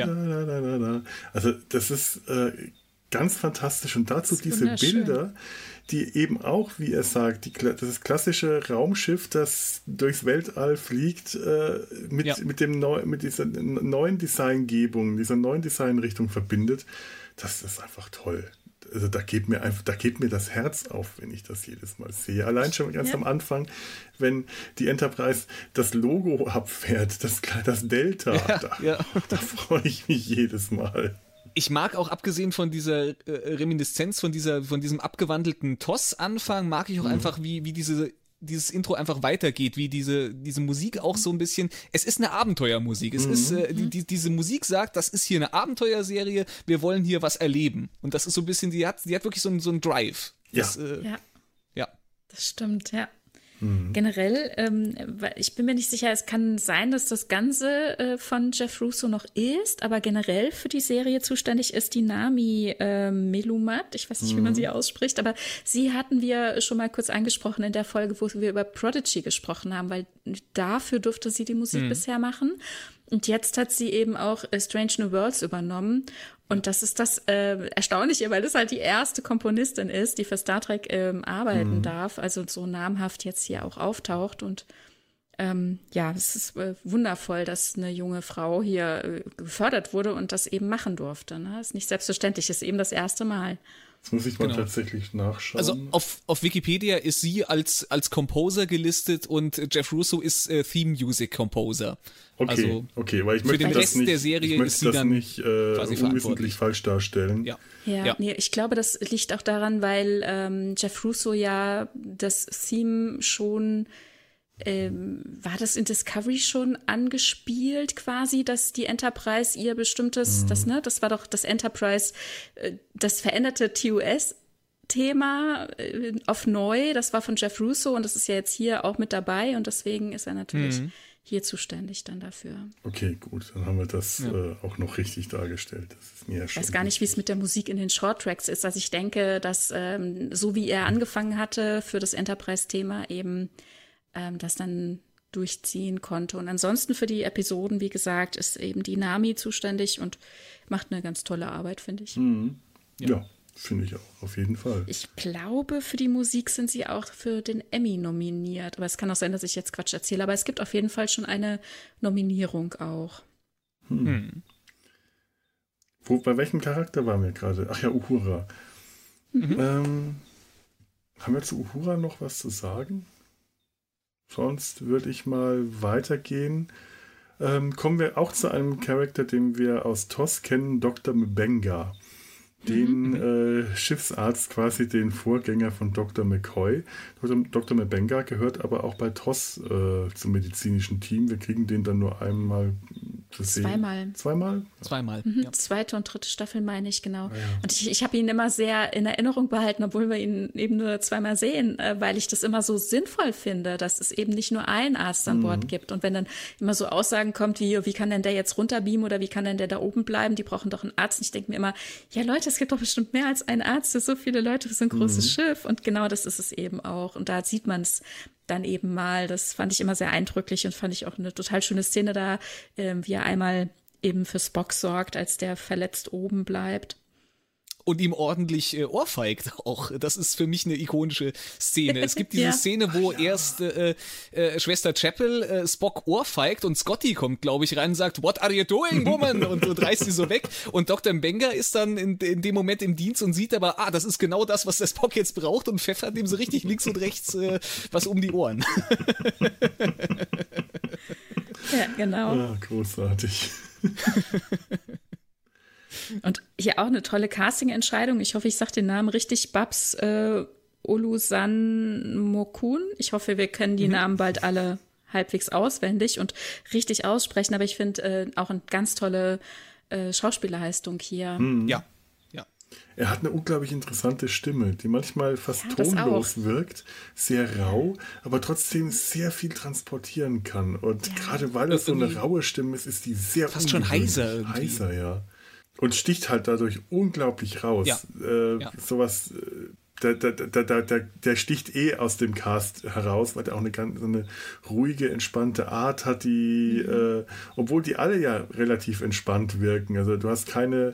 S1: Also das ist ganz fantastisch und dazu diese Bilder, die eben auch, wie er sagt, das klassische Raumschiff, das durchs Weltall fliegt, mit dieser neuen Designgebung, dieser neuen Designrichtung verbindet. Das ist einfach toll. Also da geht mir das Herz auf, wenn ich das jedes Mal sehe. Allein schon ganz am Anfang, wenn die Enterprise das Logo abfährt, das Delta, da freue ich mich jedes Mal.
S2: Ich mag auch, abgesehen von dieser Reminiszenz, von diesem abgewandelten TOS-Anfang, mag ich auch einfach, wie dieses Intro einfach weitergeht, wie diese Musik auch so ein bisschen, es ist eine Abenteuermusik. Es ist, diese Musik sagt, das ist hier eine Abenteuerserie, wir wollen hier was erleben. Und das ist so ein bisschen, die hat wirklich so einen Drive. Das
S3: stimmt, ja. Generell, ich bin mir nicht sicher, es kann sein, dass das Ganze von Jeff Russo noch ist, aber generell für die Serie zuständig ist die Nami Melumat. Ich weiß nicht, wie man sie ausspricht, aber sie hatten wir schon mal kurz angesprochen in der Folge, wo wir über Prodigy gesprochen haben, weil dafür durfte sie die Musik bisher machen. Und jetzt hat sie eben auch Strange New Worlds übernommen. Und das ist das Erstaunliche, weil das halt die erste Komponistin ist, die für Star Trek arbeiten darf, also so namhaft jetzt hier auch auftaucht. Und es ist wundervoll, dass eine junge Frau hier gefördert wurde und das eben machen durfte. Ne? Ist nicht selbstverständlich, ist eben das erste Mal.
S1: Das muss ich mal tatsächlich nachschauen.
S2: Also auf Wikipedia ist sie als Composer gelistet und Jeff Russo ist Theme Music Composer.
S1: Okay,
S2: also
S1: weil ich möchte
S2: den Rest
S1: nicht,
S2: der Serie ist sie dann
S1: nicht unwissentlich falsch darstellen.
S3: Ja. Nee, ich glaube, das liegt auch daran, weil Jeff Russo ja das Theme schon war das in Discovery schon angespielt quasi, dass die Enterprise ihr bestimmtes, das war doch das Enterprise, das veränderte TOS-Thema auf neu, das war von Jeff Russo und das ist ja jetzt hier auch mit dabei und deswegen ist er natürlich hier zuständig dann dafür.
S1: Okay, gut, dann haben wir das auch noch richtig dargestellt. Das ist mir ja schon.
S3: Ich weiß gar nicht, wie es mit der Musik in den Shorttracks ist. Also ich denke, dass so wie er angefangen hatte für das Enterprise-Thema eben das dann durchziehen konnte. Und ansonsten für die Episoden, wie gesagt, ist eben die Nami zuständig und macht eine ganz tolle Arbeit, finde ich.
S1: Ja, finde ich auch, auf jeden Fall.
S3: Ich glaube, für die Musik sind sie auch für den Emmy nominiert. Aber es kann auch sein, dass ich jetzt Quatsch erzähle. Aber es gibt auf jeden Fall schon eine Nominierung auch.
S1: Bei welchem Charakter waren wir gerade? Ach ja, Uhura. Haben wir zu Uhura noch was zu sagen? Sonst würde ich mal weitergehen. Kommen wir auch zu einem Charakter, den wir aus TOS kennen, Dr. M'Benga. Den Schiffsarzt, quasi den Vorgänger von Dr. McCoy. Dr. M'Benga gehört aber auch bei TOS zum medizinischen Team. Wir kriegen den dann nur einmal zu sehen.
S3: Zweimal?
S2: Zweimal.
S3: Ja. Zweite und dritte Staffel meine ich, genau. Ja. Und ich habe ihn immer sehr in Erinnerung behalten, obwohl wir ihn eben nur zweimal sehen, weil ich das immer so sinnvoll finde, dass es eben nicht nur einen Arzt an Bord gibt. Und wenn dann immer so Aussagen kommt, wie kann denn der jetzt runterbeamen oder wie kann denn der da oben bleiben? Die brauchen doch einen Arzt. Und ich denke mir immer, ja Leute, es gibt doch bestimmt mehr als einen Arzt für so viele Leute für so ein großes Schiff. Und genau das ist es eben auch. Und da sieht man es dann eben mal. Das fand ich immer sehr eindrücklich und fand ich auch eine total schöne Szene da, wie er einmal eben für Spock sorgt, als der verletzt oben bleibt.
S2: Und ihm ordentlich ohrfeigt auch. Das ist für mich eine ikonische Szene. Es gibt diese Szene, wo erst Schwester Chapel Spock ohrfeigt und Scotty kommt, glaube ich, rein und sagt, "What are you doing, woman?" und reißt sie so weg. Und Dr. M'Benga ist dann in dem Moment im Dienst und sieht aber, das ist genau das, was der Spock jetzt braucht und pfeffert ihm so richtig links und rechts was um die Ohren.
S3: Ja, genau.
S1: Ja, großartig.
S3: Und hier auch eine tolle Casting-Entscheidung. Ich hoffe, ich sage den Namen richtig. Babs Olusanmokun. Ich hoffe, wir können die Namen bald alle halbwegs auswendig und richtig aussprechen. Aber ich finde auch eine ganz tolle Schauspielerleistung hier.
S2: Ja.
S1: Er hat eine unglaublich interessante Stimme, die manchmal fast tonlos wirkt, sehr rau, aber trotzdem sehr viel transportieren kann. Und gerade weil es so eine raue Stimme ist die sehr
S2: fast schon heiser irgendwie.
S1: Heiser, ja. Und sticht halt dadurch unglaublich raus. Ja. Sowas, der sticht aus dem Cast heraus, weil er auch so eine ruhige, entspannte Art hat, die, obwohl die alle ja relativ entspannt wirken. Also du hast keine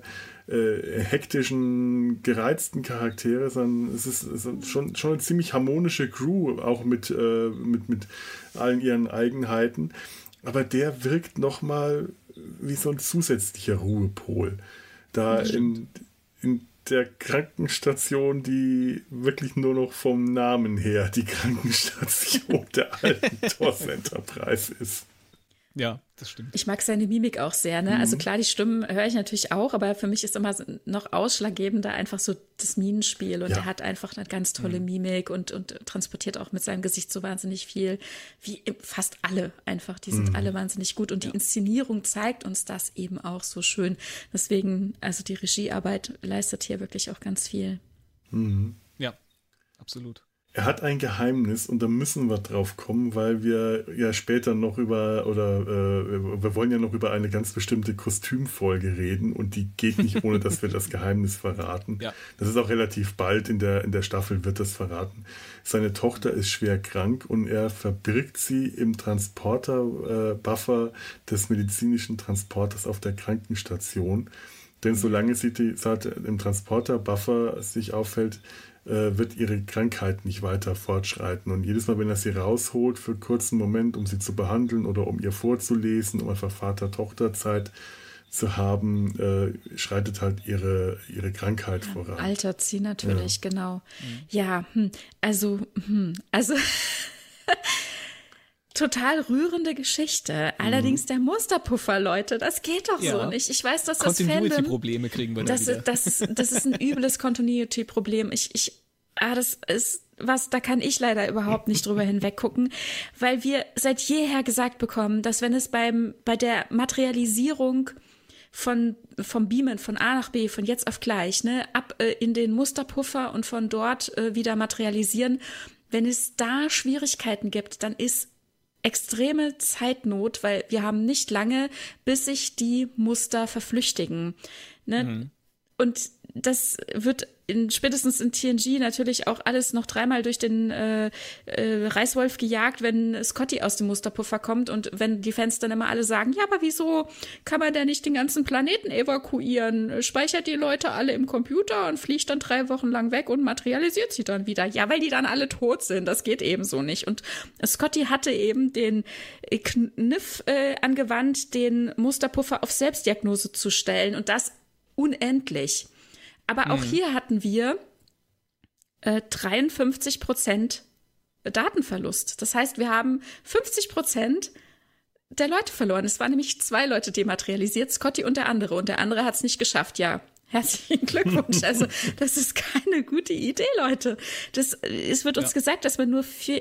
S1: hektischen, gereizten Charaktere, sondern es ist schon eine ziemlich harmonische Crew, auch mit allen ihren Eigenheiten. Aber der wirkt nochmal wie so ein zusätzlicher Ruhepol. Da in der Krankenstation, die wirklich nur noch vom Namen her die Krankenstation der alten TOS Enterprise ist.
S2: Ja, das stimmt.
S3: Ich mag seine Mimik auch sehr, ne? Also klar, die Stimmen höre ich natürlich auch, aber für mich ist immer noch ausschlaggebender einfach so das Minenspiel und er hat einfach eine ganz tolle Mimik und transportiert auch mit seinem Gesicht so wahnsinnig viel, wie fast alle einfach. Die sind alle wahnsinnig gut und die Inszenierung zeigt uns das eben auch so schön. Deswegen, also die Regiearbeit leistet hier wirklich auch ganz viel.
S2: Ja, absolut.
S1: Er hat ein Geheimnis und da müssen wir drauf kommen, weil wir ja später noch wir wollen ja noch über eine ganz bestimmte Kostümfolge reden und die geht nicht, ohne dass wir das Geheimnis verraten. Ja. Das ist auch relativ bald in der Staffel wird das verraten. Seine Tochter ist schwer krank und er verbirgt sie im Transporter-Buffer des medizinischen Transporters auf der Krankenstation. Denn solange sie im Transporter-Buffer sich aufhält, wird ihre Krankheit nicht weiter fortschreiten. Und jedes Mal, wenn er sie rausholt für einen kurzen Moment, um sie zu behandeln oder um ihr vorzulesen, um einfach Vater-Tochter-Zeit zu haben, schreitet halt ihre Krankheit voran.
S3: Altert sie natürlich, genau. Ja, also total rührende Geschichte. Allerdings der Musterpuffer, Leute, das geht doch so nicht. Ich weiß, dass das Fandom...
S2: Continuity-Probleme kriegen wir da wieder.
S3: Das ist ein übles Continuity-Problem. Das ist was, da kann ich leider überhaupt nicht drüber hinweggucken, weil wir seit jeher gesagt bekommen, dass wenn es bei der Materialisierung vom Beamen von A nach B, von jetzt auf gleich, ab in den Musterpuffer und von dort wieder materialisieren, wenn es da Schwierigkeiten gibt, dann ist extreme Zeitnot, weil wir haben nicht lange, bis sich die Muster verflüchtigen. Und das wird spätestens in TNG natürlich auch alles noch dreimal durch den Reißwolf gejagt, wenn Scotty aus dem Musterpuffer kommt und wenn die Fans dann immer alle sagen, ja, aber wieso kann man denn nicht den ganzen Planeten evakuieren? Speichert die Leute alle im Computer und fliegt dann 3 Wochen lang weg und materialisiert sie dann wieder. Ja, weil die dann alle tot sind. Das geht eben so nicht. Und Scotty hatte eben den Kniff angewandt, den Musterpuffer auf Selbstdiagnose zu stellen und das unendlich. Aber auch hier hatten wir 53% Datenverlust. Das heißt, wir haben 50% der Leute verloren. Es waren nämlich 2 Leute dematerialisiert, Scotty und der andere. Und der andere hat es nicht geschafft. Ja, herzlichen Glückwunsch. Also das ist keine gute Idee, Leute. Es wird uns gesagt, dass man nur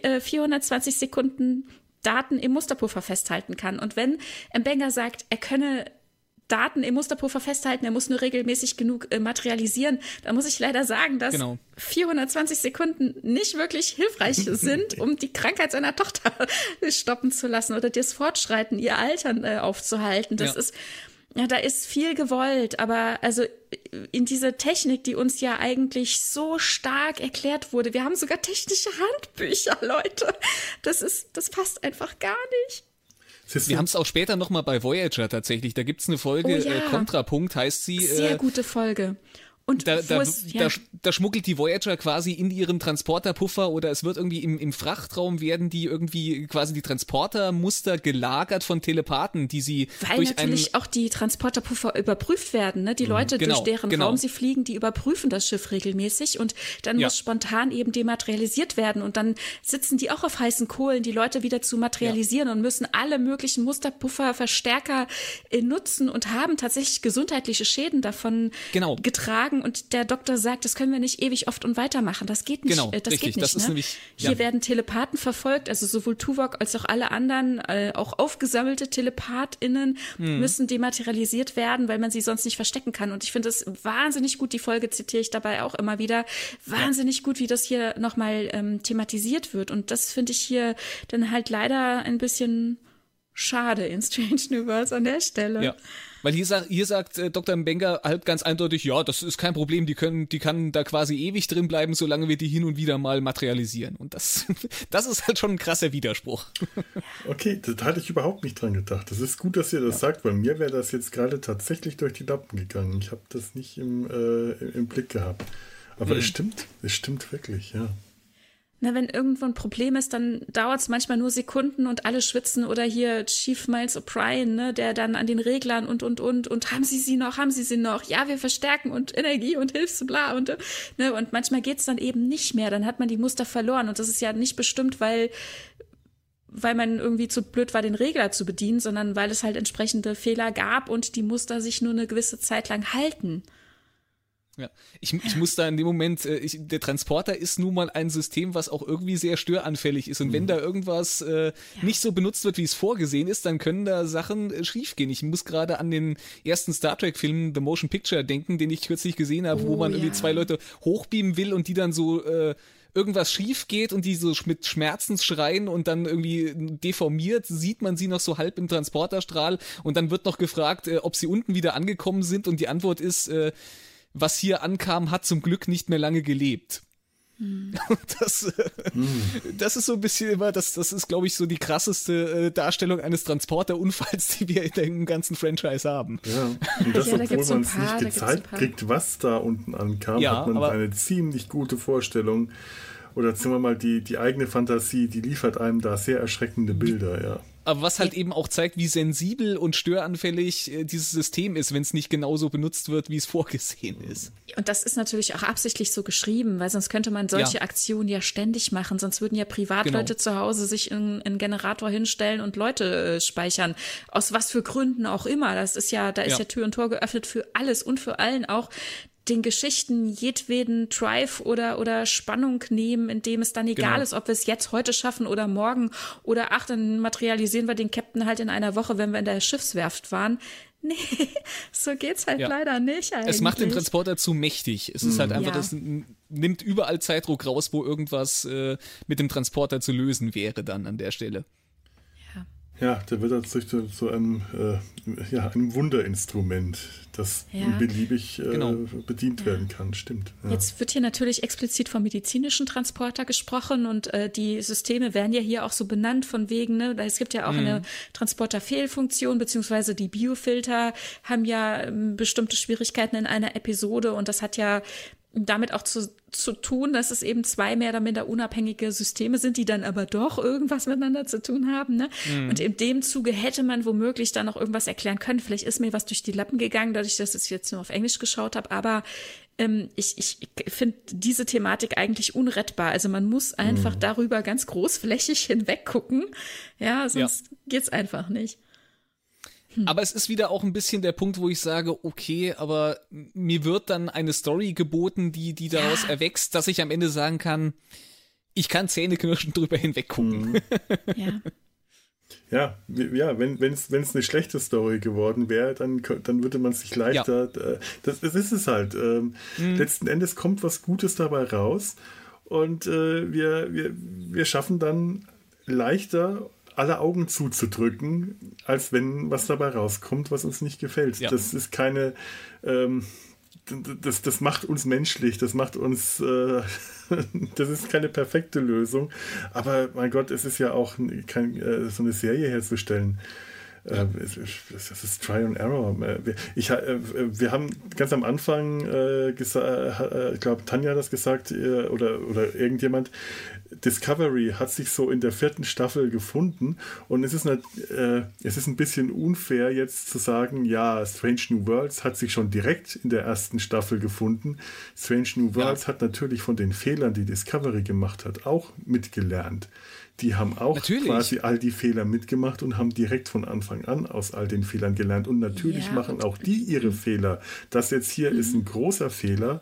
S3: 420 Sekunden Daten im Musterpuffer festhalten kann. Und wenn Mbenga sagt, er könne Daten im Musterpuffer festhalten, er muss nur regelmäßig genug materialisieren, dann muss ich leider sagen, dass 420 Sekunden nicht wirklich hilfreich sind, um die Krankheit seiner Tochter stoppen zu lassen oder das Fortschreiten, ihr Altern aufzuhalten. Das ist, da ist viel gewollt, aber also in diese Technik, die uns ja eigentlich so stark erklärt wurde, wir haben sogar technische Handbücher, Leute. Das passt einfach gar nicht.
S2: Wir haben es auch später nochmal bei Voyager tatsächlich. Da gibt's eine Folge, Kontrapunkt heißt sie.
S3: Sehr gute Folge. Und
S2: da schmuggelt die Voyager quasi in ihren Transporterpuffer oder es wird irgendwie im Frachtraum werden die irgendwie quasi die Transportermuster gelagert von Telepathen, die sie
S3: weil durch natürlich auch die Transporterpuffer überprüft werden, ne? Die Leute, durch deren Raum sie fliegen, die überprüfen das Schiff regelmäßig und dann muss spontan eben dematerialisiert werden und dann sitzen die auch auf heißen Kohlen, die Leute wieder zu materialisieren und müssen alle möglichen Musterpuffer, Verstärker nutzen und haben tatsächlich gesundheitliche Schäden davon getragen. Und der Doktor sagt, das können wir nicht ewig oft und weitermachen. Das geht nicht. Das
S2: richtig.
S3: Geht nicht.
S2: Das ist nämlich,
S3: Hier werden Telepathen verfolgt, also sowohl Tuvok als auch alle anderen, auch aufgesammelte TelepathInnen müssen dematerialisiert werden, weil man sie sonst nicht verstecken kann. Und ich finde es wahnsinnig gut, die Folge zitiere ich dabei auch immer wieder, wahnsinnig gut, wie das hier nochmal thematisiert wird. Und das finde ich hier dann halt leider ein bisschen schade in Strange New Worlds an der Stelle.
S2: Ja. Weil hier sagt Dr. Mbenga halt ganz eindeutig, ja, das ist kein Problem, die kann da quasi ewig drin bleiben, solange wir die hin und wieder mal materialisieren. Und das ist halt schon ein krasser Widerspruch.
S1: Okay, da hatte ich überhaupt nicht dran gedacht. Das ist gut, dass ihr das sagt, weil mir wäre das jetzt gerade tatsächlich durch die Lappen gegangen. Ich habe das nicht im Blick gehabt. Aber es stimmt wirklich, ja.
S3: Na, wenn irgendwo ein Problem ist, dann dauert es manchmal nur Sekunden und alle schwitzen oder hier Chief Miles O'Brien, ne, der dann an den Reglern und haben Sie sie noch? Ja, wir verstärken und Energie und bla und ne, und manchmal geht's dann eben nicht mehr, dann hat man die Muster verloren und das ist ja nicht bestimmt, weil man irgendwie zu blöd war, den Regler zu bedienen, sondern weil es halt entsprechende Fehler gab und die Muster sich nur eine gewisse Zeit lang halten.
S2: Ja, ich muss da in dem Moment, der Transporter ist nun mal ein System, was auch irgendwie sehr störanfällig ist und wenn da irgendwas nicht so benutzt wird, wie es vorgesehen ist, dann können da Sachen schiefgehen. Ich muss gerade an den ersten Star Trek Film The Motion Picture denken, den ich kürzlich gesehen habe, wo man irgendwie 2 Leute hochbeamen will und die dann so irgendwas schief geht und die so mit Schmerzens schreien und dann irgendwie deformiert, sieht man sie noch so halb im Transporterstrahl und dann wird noch gefragt, ob sie unten wieder angekommen sind und die Antwort ist, was hier ankam, hat zum Glück nicht mehr lange gelebt. Und das ist so ein bisschen immer, das ist, glaube ich, so die krasseste Darstellung eines Transporterunfalls, die wir in dem ganzen Franchise haben.
S1: Ja, und das, obwohl man es nicht gezeigt kriegt, was da unten ankam, hat man eine ziemlich gute Vorstellung. Oder sagen wir mal, die eigene Fantasie, die liefert einem da sehr erschreckende Bilder, ja.
S2: Aber was halt eben auch zeigt, wie sensibel und störanfällig dieses System ist, wenn es nicht genauso benutzt wird, wie es vorgesehen ist.
S3: Und das ist natürlich auch absichtlich so geschrieben, weil sonst könnte man solche Aktionen ja ständig machen. Sonst würden ja Privatleute zu Hause sich in einen Generator hinstellen und Leute speichern. Aus was für Gründen auch immer. Da ist ja Tür und Tor geöffnet für alles und für allen auch den Geschichten jedweden Drive oder Spannung nehmen, indem es dann egal ist, ob wir es jetzt heute schaffen oder morgen oder dann materialisieren wir den Captain halt in einer Woche, wenn wir in der Schiffswerft waren. Nee, so geht's halt leider nicht eigentlich.
S2: Es macht den Transporter zu mächtig. Es ist halt einfach, das nimmt überall Zeitdruck raus, wo irgendwas mit dem Transporter zu lösen wäre dann an der Stelle.
S1: Ja, der wird tatsächlich zu einem Wunderinstrument, das beliebig bedient werden kann, stimmt. Ja.
S3: Jetzt wird hier natürlich explizit vom medizinischen Transporter gesprochen und die Systeme werden ja hier auch so benannt von wegen, ne, es gibt ja auch eine Transporter-Fehlfunktion, beziehungsweise die Biofilter haben ja bestimmte Schwierigkeiten in einer Episode und das hat ja damit auch zu tun, dass es eben zwei mehr oder minder unabhängige Systeme sind, die dann aber doch irgendwas miteinander zu tun haben. Ne? Und in dem Zuge hätte man womöglich da noch irgendwas erklären können. Vielleicht ist mir was durch die Lappen gegangen, dadurch, dass ich jetzt nur auf Englisch geschaut habe. Aber ich finde diese Thematik eigentlich unrettbar. Also man muss einfach darüber ganz großflächig hinweg gucken. Ja, sonst geht's einfach nicht.
S2: Aber es ist wieder auch ein bisschen der Punkt, wo ich sage, okay, aber mir wird dann eine Story geboten, die daraus erwächst, dass ich am Ende sagen kann, ich kann zähneknirschend drüber hinweg gucken.
S1: Ja, wenn es eine schlechte Story geworden wäre, dann würde man sich leichter, das ist es halt. Letzten Endes kommt was Gutes dabei raus und wir schaffen dann leichter alle Augen zuzudrücken, als wenn was dabei rauskommt, was uns nicht gefällt. Ja. Das ist keine, das macht uns menschlich, das macht uns, das ist keine perfekte Lösung, aber mein Gott, es ist ja auch so eine Serie herzustellen. Das ist Try and Error. Wir haben ganz am Anfang gesagt, ich glaube, Tanja hat das gesagt, oder irgendjemand, Discovery hat sich so in der 4. Staffel gefunden und es ist ein bisschen unfair jetzt zu sagen, ja, Strange New Worlds hat sich schon direkt in der 1. Staffel gefunden. Strange New Worlds hat natürlich von den Fehlern, die Discovery gemacht hat, auch mitgelernt. Die haben auch quasi all die Fehler mitgemacht und haben direkt von Anfang an aus all den Fehlern gelernt. Und natürlich machen auch die ihre Fehler. Das jetzt hier ist ein großer Fehler.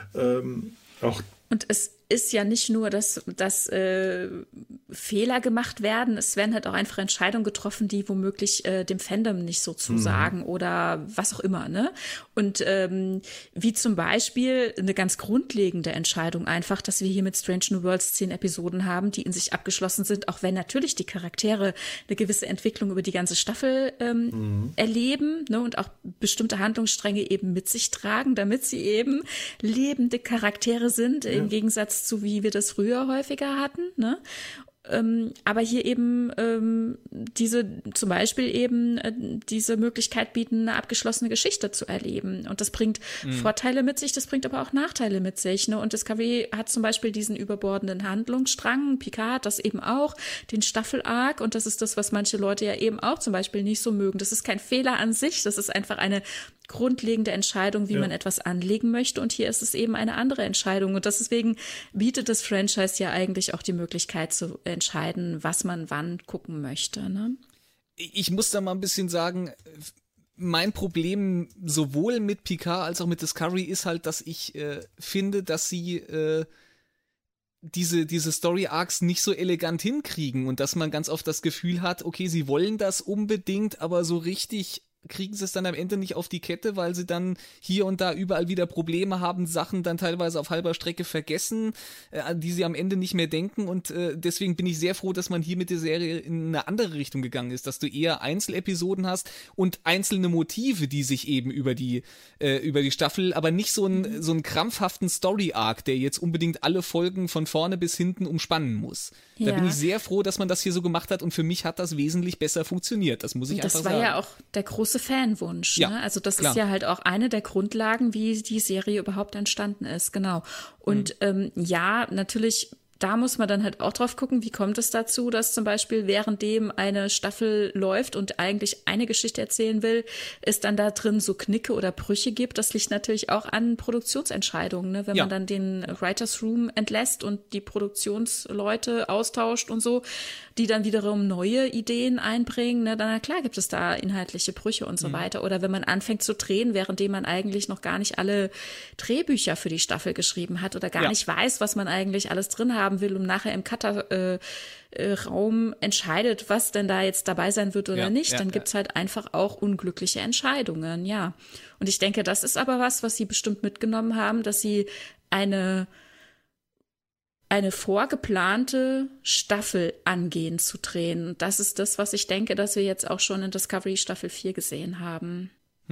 S3: Und es ist ja nicht nur, dass Fehler gemacht werden, es werden halt auch einfach Entscheidungen getroffen, die womöglich dem Fandom nicht so zusagen oder was auch immer, ne? Und wie zum Beispiel eine ganz grundlegende Entscheidung einfach, dass wir hier mit Strange New Worlds 10 Episoden haben, die in sich abgeschlossen sind, auch wenn natürlich die Charaktere eine gewisse Entwicklung über die ganze Staffel erleben, ne? Und auch bestimmte Handlungsstränge eben mit sich tragen, damit sie eben lebende Charaktere sind, im Gegensatz zu wie wir das früher häufiger hatten, ne? Aber hier eben zum Beispiel eben diese Möglichkeit bieten, eine abgeschlossene Geschichte zu erleben. Und das bringt Vorteile mit sich, das bringt aber auch Nachteile mit sich. Ne? Und Discovery hat zum Beispiel diesen überbordenden Handlungsstrang, Picard hat das eben auch, den Staffel-Arc. Und das ist das, was manche Leute ja eben auch zum Beispiel nicht so mögen. Das ist kein Fehler an sich, das ist einfach eine grundlegende Entscheidung, wie man etwas anlegen möchte. Und hier ist es eben eine andere Entscheidung. Und deswegen bietet das Franchise ja eigentlich auch die Möglichkeit zu entscheiden, was man wann gucken möchte. Ne?
S2: Ich muss da mal ein bisschen sagen, mein Problem sowohl mit Picard als auch mit Discovery ist halt, dass ich finde, dass sie diese Story-Arcs nicht so elegant hinkriegen und dass man ganz oft das Gefühl hat, okay, sie wollen das unbedingt, aber so richtig kriegen sie es dann am Ende nicht auf die Kette, weil sie dann hier und da überall wieder Probleme haben, Sachen dann teilweise auf halber Strecke vergessen, an die sie am Ende nicht mehr denken und deswegen bin ich sehr froh, dass man hier mit der Serie in eine andere Richtung gegangen ist, dass du eher Einzelepisoden hast und einzelne Motive, die sich eben über die Staffel, aber nicht so einen krampfhaften Story-Arc, der jetzt unbedingt alle Folgen von vorne bis hinten umspannen muss. Da bin ich sehr froh, dass man das hier so gemacht hat und für mich hat das wesentlich besser funktioniert, das muss ich einfach sagen. Das
S3: war ja auch der große Fanwunsch.
S2: Ja,
S3: ne? Also das ist ja halt auch eine der Grundlagen, wie die Serie überhaupt entstanden ist. Genau. Und natürlich da muss man dann halt auch drauf gucken, wie kommt es dazu, dass zum Beispiel währenddem eine Staffel läuft und eigentlich eine Geschichte erzählen will, es dann da drin so Knicke oder Brüche gibt. Das liegt natürlich auch an Produktionsentscheidungen, ne? Wenn man dann den Writers Room entlässt und die Produktionsleute austauscht und so, die dann wiederum neue Ideen einbringen, ne? Dann na klar gibt es da inhaltliche Brüche und so weiter. Oder wenn man anfängt zu drehen, währenddem man eigentlich noch gar nicht alle Drehbücher für die Staffel geschrieben hat oder gar nicht weiß, was man eigentlich alles drin haben will und nachher im Cutter-Raum entscheidet, was denn da jetzt dabei sein wird oder nicht, dann gibt's halt einfach auch unglückliche Entscheidungen, ja. Und ich denke, das ist aber was sie bestimmt mitgenommen haben, dass sie eine vorgeplante Staffel angehen zu drehen. Und das ist das, was ich denke, dass wir jetzt auch schon in Discovery Staffel 4 gesehen haben.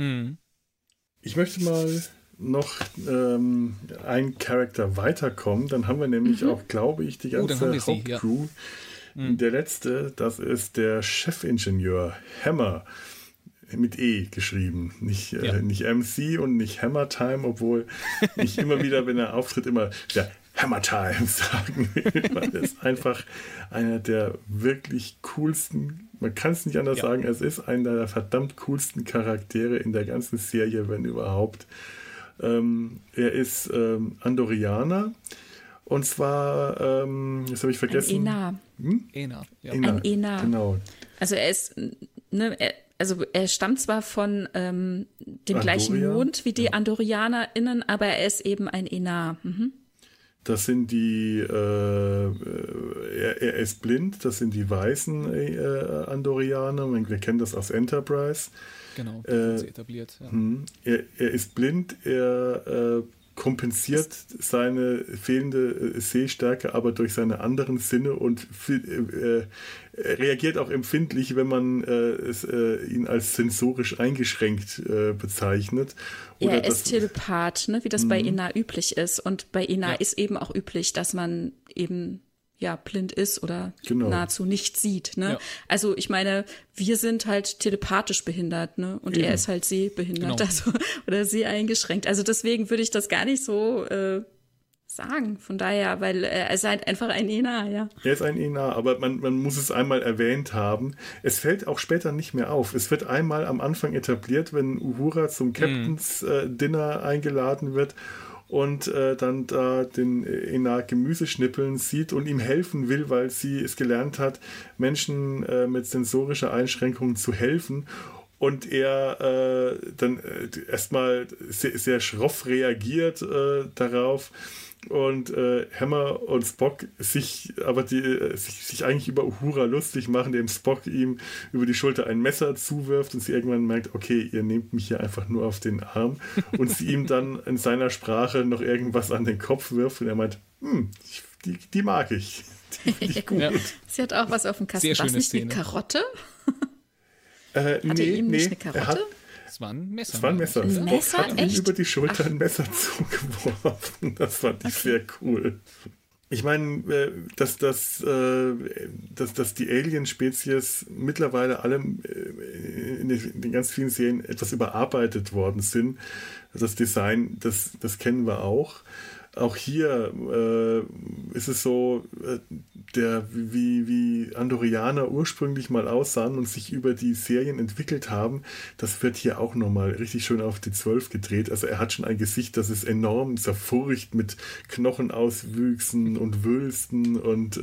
S1: Ich möchte mal noch einen Charakter weiterkommen. Dann haben wir nämlich auch, glaube ich, die ganze Hauptcrew. Der letzte, das ist der Chefingenieur Hammer. Mit E geschrieben. Nicht MC und nicht Hammer Time, obwohl ich immer wieder, wenn er auftritt, immer Hammer Time sagen will, weil es einfach einer der wirklich coolsten, man kann es nicht anders sagen, es ist einer der verdammt coolsten Charaktere in der ganzen Serie, wenn überhaupt. Er ist Andorianer und zwar, das habe ich vergessen.
S3: Ein
S2: Enar.
S3: Ein Enar.
S1: Genau.
S3: Also er ist, er stammt zwar von dem gleichen Mond wie die AndorianerInnen, aber er ist eben ein Enar.
S1: Das sind die, er ist blind, das sind die weißen Andorianer, wir kennen das aus Enterprise.
S2: Genau, das ist etabliert. Ja.
S1: Er ist blind, er kompensiert seine fehlende Sehstärke aber durch seine anderen Sinne und reagiert auch empfindlich, wenn man ihn als sensorisch eingeschränkt bezeichnet. Oder
S3: er ist Telepath, ne, wie das bei Enar üblich ist. Und bei Enar ist eben auch üblich, dass man eben blind ist oder nahezu nicht sieht. Ne? Ja. Also ich meine, wir sind halt telepathisch behindert, ne? Und er ist halt sehbehindert, oder seheingeschränkt. Also deswegen würde ich das gar nicht so sagen. Von daher, weil er ist halt einfach ein Enar, ja.
S1: Er ist ein Enar, aber man muss es einmal erwähnt haben. Es fällt auch später nicht mehr auf. Es wird einmal am Anfang etabliert, wenn Uhura zum Captain's Dinner eingeladen wird und dann da den Enar Gemüse schnippeln sieht und ihm helfen will, weil sie es gelernt hat, Menschen mit sensorischer Einschränkung zu helfen. Und er dann erstmal sehr, sehr schroff reagiert darauf. Und Hammer und Spock sich eigentlich über Uhura lustig machen, dem Spock ihm über die Schulter ein Messer zuwirft und sie irgendwann merkt, okay, ihr nehmt mich hier einfach nur auf den Arm und sie ihm dann in seiner Sprache noch irgendwas an den Kopf wirft und er meint, die mag ich. Die finde ich gut. Ja.
S3: Sie hat auch was auf dem Kasten. War es nicht eine Karotte? Hatte ihm nicht eine Karotte?
S2: Es war ein Messer.
S1: Es war ein Messer.
S3: Ein Messer?
S1: Hat ihm über die Schulter ein Messer zugeworfen. Das fand ich sehr cool. Ich meine, dass die Alien-Spezies mittlerweile alle in den ganz vielen Serien etwas überarbeitet worden sind. Das Design, das kennen wir auch. Auch hier ist es so, wie Andorianer ursprünglich mal aussahen und sich über die Serien entwickelt haben, das wird hier auch nochmal richtig schön auf die 12 gedreht. Also er hat schon ein Gesicht, das ist enorm zerfurcht mit Knochenauswüchsen und Wülsten und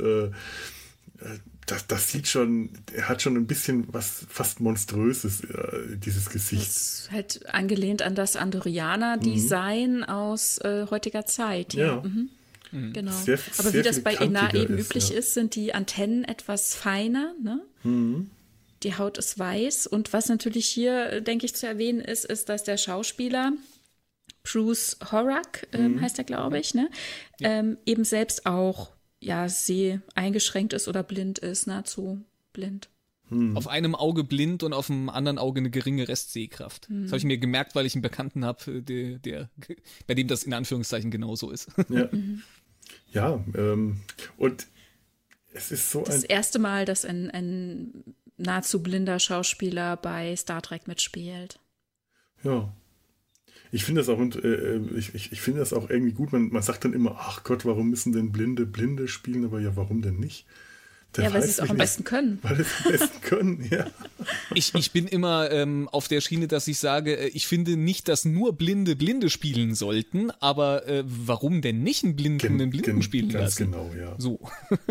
S1: das sieht schon, er hat schon ein bisschen was fast Monströses, dieses Gesicht.
S3: Das ist halt angelehnt an das Andorianer-Design aus heutiger Zeit. Ja. Genau.
S1: Sehr,
S3: aber
S1: sehr
S3: wie das bei Enar eben
S1: ist,
S3: üblich ist, sind die Antennen etwas feiner, ne? Die Haut ist weiß. Und was natürlich hier, denke ich, zu erwähnen ist, dass der Schauspieler Bruce Horak, heißt er, glaube ich, ne? Eben selbst auch seh eingeschränkt ist oder blind ist, nahezu blind.
S2: Auf einem Auge blind und auf dem anderen Auge eine geringe Restsehkraft. Das habe ich mir gemerkt, weil ich einen Bekannten habe, bei dem das in Anführungszeichen genauso ist.
S1: Ja, und es ist so
S3: das erste Mal, dass ein nahezu blinder Schauspieler bei Star Trek mitspielt.
S1: Ja. Ich finde das auch ich finde das auch irgendwie gut. Man sagt dann immer, ach Gott, warum müssen denn Blinde spielen? Aber ja, warum denn nicht?
S3: Ja, weil sie es auch am besten können.
S1: Weil es am besten können, ja.
S2: Ich bin immer auf der Schiene, dass ich sage, ich finde nicht, dass nur Blinde spielen sollten, aber warum denn nicht einen Blinden spielen lassen?
S1: Ganz genau, ja.
S2: So.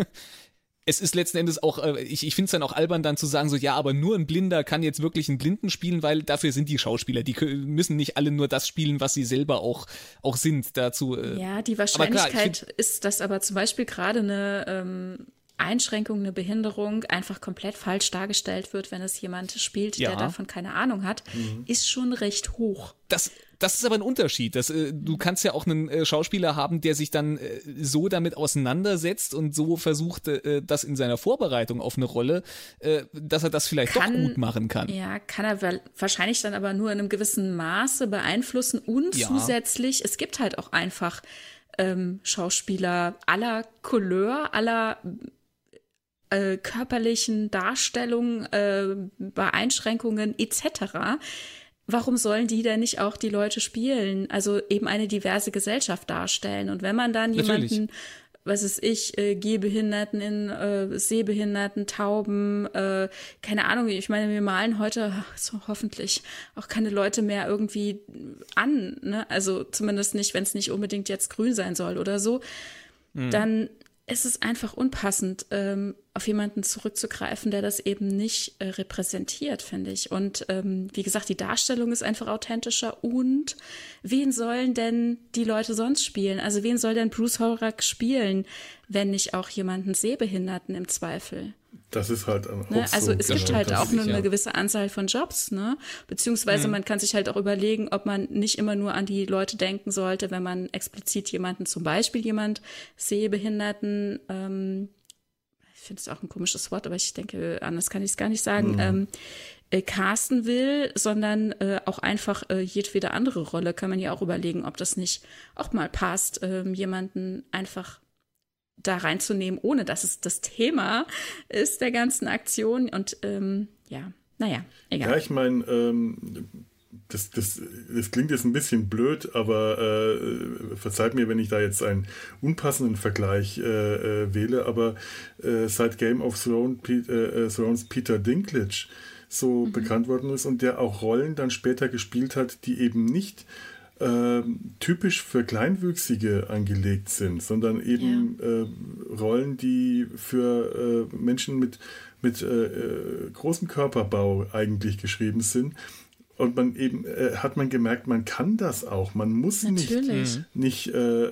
S2: Es ist letzten Endes auch, ich finde es dann auch albern, dann zu sagen, so ja, aber nur ein Blinder kann jetzt wirklich einen Blinden spielen, weil dafür sind die Schauspieler. Die müssen nicht alle nur das spielen, was sie selber auch sind. Dazu.
S3: Ja, die Wahrscheinlichkeit ist, dass aber zum Beispiel gerade eine Einschränkung, eine Behinderung einfach komplett falsch dargestellt wird, wenn es jemand spielt, der davon keine Ahnung hat, ist schon recht hoch.
S2: Das ist aber ein Unterschied. Du kannst ja auch einen Schauspieler haben, der sich dann so damit auseinandersetzt und so versucht, das in seiner Vorbereitung auf eine Rolle, dass er das vielleicht doch gut machen kann.
S3: Ja, kann er wahrscheinlich dann aber nur in einem gewissen Maße beeinflussen und zusätzlich, es gibt halt auch einfach Schauspieler aller Couleur, aller körperlichen Darstellungen, bei Einschränkungen etc. Warum sollen die denn nicht auch die Leute spielen? Also eben eine diverse Gesellschaft darstellen. Und wenn man dann jemanden, was weiß ich, Gehbehinderten, Sehbehinderten, Tauben, keine Ahnung, ich meine, wir malen heute so hoffentlich auch keine Leute mehr irgendwie an, ne? Also zumindest nicht, wenn es nicht unbedingt jetzt grün sein soll oder so, dann ist es einfach unpassend, auf jemanden zurückzugreifen, der das eben nicht repräsentiert, finde ich. Und wie gesagt, die Darstellung ist einfach authentischer. Und wen sollen denn die Leute sonst spielen? Also wen soll denn Bruce Horak spielen, wenn nicht auch jemanden Sehbehinderten im Zweifel?
S1: Das ist halt auch
S3: ne? Also es gibt halt auch nur
S2: ja.
S3: eine gewisse Anzahl von Jobs, ne? Beziehungsweise man kann sich halt auch überlegen, ob man nicht immer nur an die Leute denken sollte, wenn man explizit jemanden, zum Beispiel jemand Sehbehinderten, ich finde es auch ein komisches Wort, aber ich denke, anders kann ich es gar nicht sagen, casten will, sondern auch einfach jedwede andere Rolle, kann man ja auch überlegen, ob das nicht auch mal passt, jemanden einfach da reinzunehmen, ohne dass es das Thema ist der ganzen Aktion. Und naja, egal.
S1: Ja, ich meine, das klingt jetzt ein bisschen blöd, aber verzeiht mir, wenn ich da jetzt einen unpassenden Vergleich wähle, aber seit Game of Thrones Peter Dinklage so bekannt worden ist und der auch Rollen dann später gespielt hat, die eben nicht typisch für Kleinwüchsige angelegt sind, sondern eben Rollen, die für Menschen mit großem Körperbau eigentlich geschrieben sind. Und man eben hat man gemerkt, man kann das auch. Man muss nicht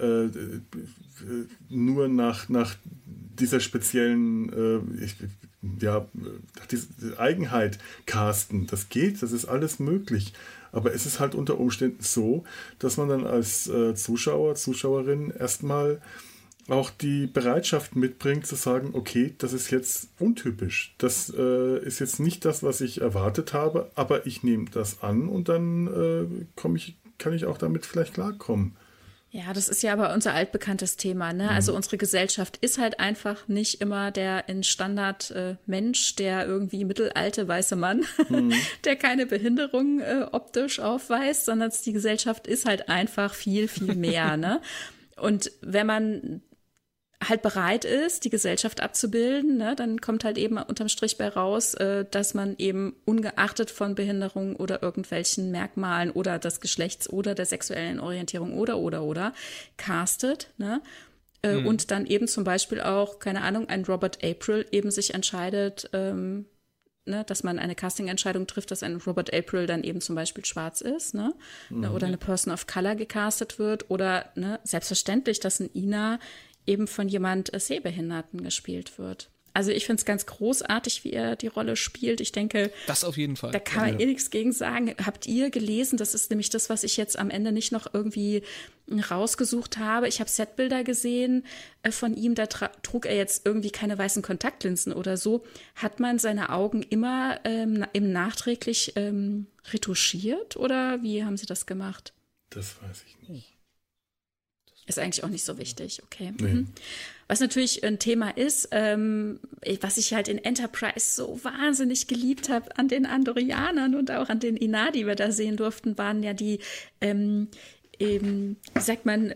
S1: nur nach dieser speziellen nach dieser Eigenheit casten. Das geht, das ist alles möglich. Aber es ist halt unter Umständen so, dass man dann als Zuschauer, Zuschauerin erstmal auch die Bereitschaft mitbringt, zu sagen, okay, das ist jetzt untypisch. Das ist jetzt nicht das, was ich erwartet habe, aber ich nehme das an und dann kann ich auch damit vielleicht klarkommen.
S3: Ja, das ist ja aber unser altbekanntes Thema, ne? Also unsere Gesellschaft ist halt einfach nicht immer der in Standard Mensch, der irgendwie mittelalte weiße Mann, der keine Behinderung optisch aufweist, sondern die Gesellschaft ist halt einfach viel, viel mehr, ne? Und wenn man halt bereit ist, die Gesellschaft abzubilden, ne, dann kommt halt eben unterm Strich bei raus, dass man eben ungeachtet von Behinderung oder irgendwelchen Merkmalen oder des Geschlechts oder der sexuellen Orientierung oder castet, ne, und dann eben zum Beispiel auch, keine Ahnung, ein Robert April eben sich entscheidet, ne, dass man eine Casting-Entscheidung trifft, dass ein Robert April dann eben zum Beispiel schwarz ist, ne, oder eine Person of Color gecastet wird oder, ne, selbstverständlich, dass ein Ina eben von jemand Sehbehinderten gespielt wird. Also ich finde es ganz großartig, wie er die Rolle spielt. Ich denke,
S2: das auf jeden Fall.
S3: Da kann man nichts gegen sagen. Habt ihr gelesen? Das ist nämlich das, was ich jetzt am Ende nicht noch irgendwie rausgesucht habe. Ich habe Setbilder gesehen von ihm. Da trug er jetzt irgendwie keine weißen Kontaktlinsen oder so. Hat man seine Augen immer im nachträglich retuschiert oder wie haben sie das gemacht?
S1: Das weiß ich nicht.
S3: Ist eigentlich auch nicht so wichtig, okay.
S1: Nee.
S3: Mhm. Was natürlich ein Thema ist, was ich halt in Enterprise so wahnsinnig geliebt habe an den Andorianern und auch an den Inar, die wir da sehen durften, waren ja die, wie sagt man,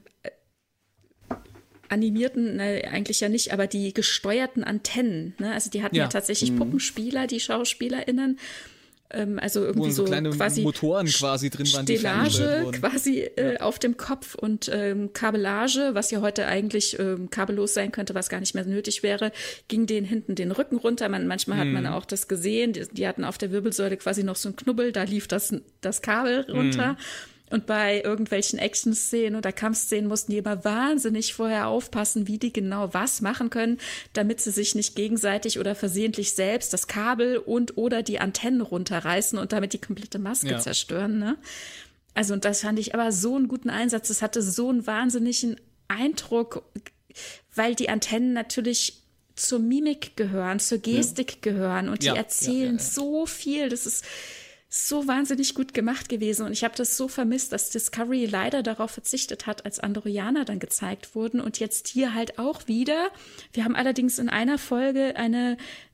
S3: animierten, eigentlich ja nicht, aber die gesteuerten Antennen. Ne? Also die hatten ja tatsächlich Puppenspieler, die SchauspielerInnen. Also irgendwie
S2: wo so kleine
S3: quasi
S2: Motoren quasi drin waren, die
S3: Stellage quasi auf dem Kopf und Kabellage, was ja heute eigentlich kabellos sein könnte, was gar nicht mehr nötig wäre, ging denen hinten den Rücken runter. Manchmal hat man auch das gesehen, die hatten auf der Wirbelsäule quasi noch so einen Knubbel, da lief das Kabel runter. Und bei irgendwelchen Action-Szenen oder Kampfszenen mussten die immer wahnsinnig vorher aufpassen, wie die genau was machen können, damit sie sich nicht gegenseitig oder versehentlich selbst das Kabel und oder die Antennen runterreißen und damit die komplette Maske zerstören. Ne? Also und das fand ich aber so einen guten Einsatz. Es hatte so einen wahnsinnigen Eindruck, weil die Antennen natürlich zur Mimik gehören, zur Gestik gehören und die erzählen so viel. Das ist so wahnsinnig gut gemacht gewesen und ich habe das so vermisst, dass Discovery leider darauf verzichtet hat, als Andorianer dann gezeigt wurden und jetzt hier halt auch wieder. Wir haben allerdings in einer Folge eine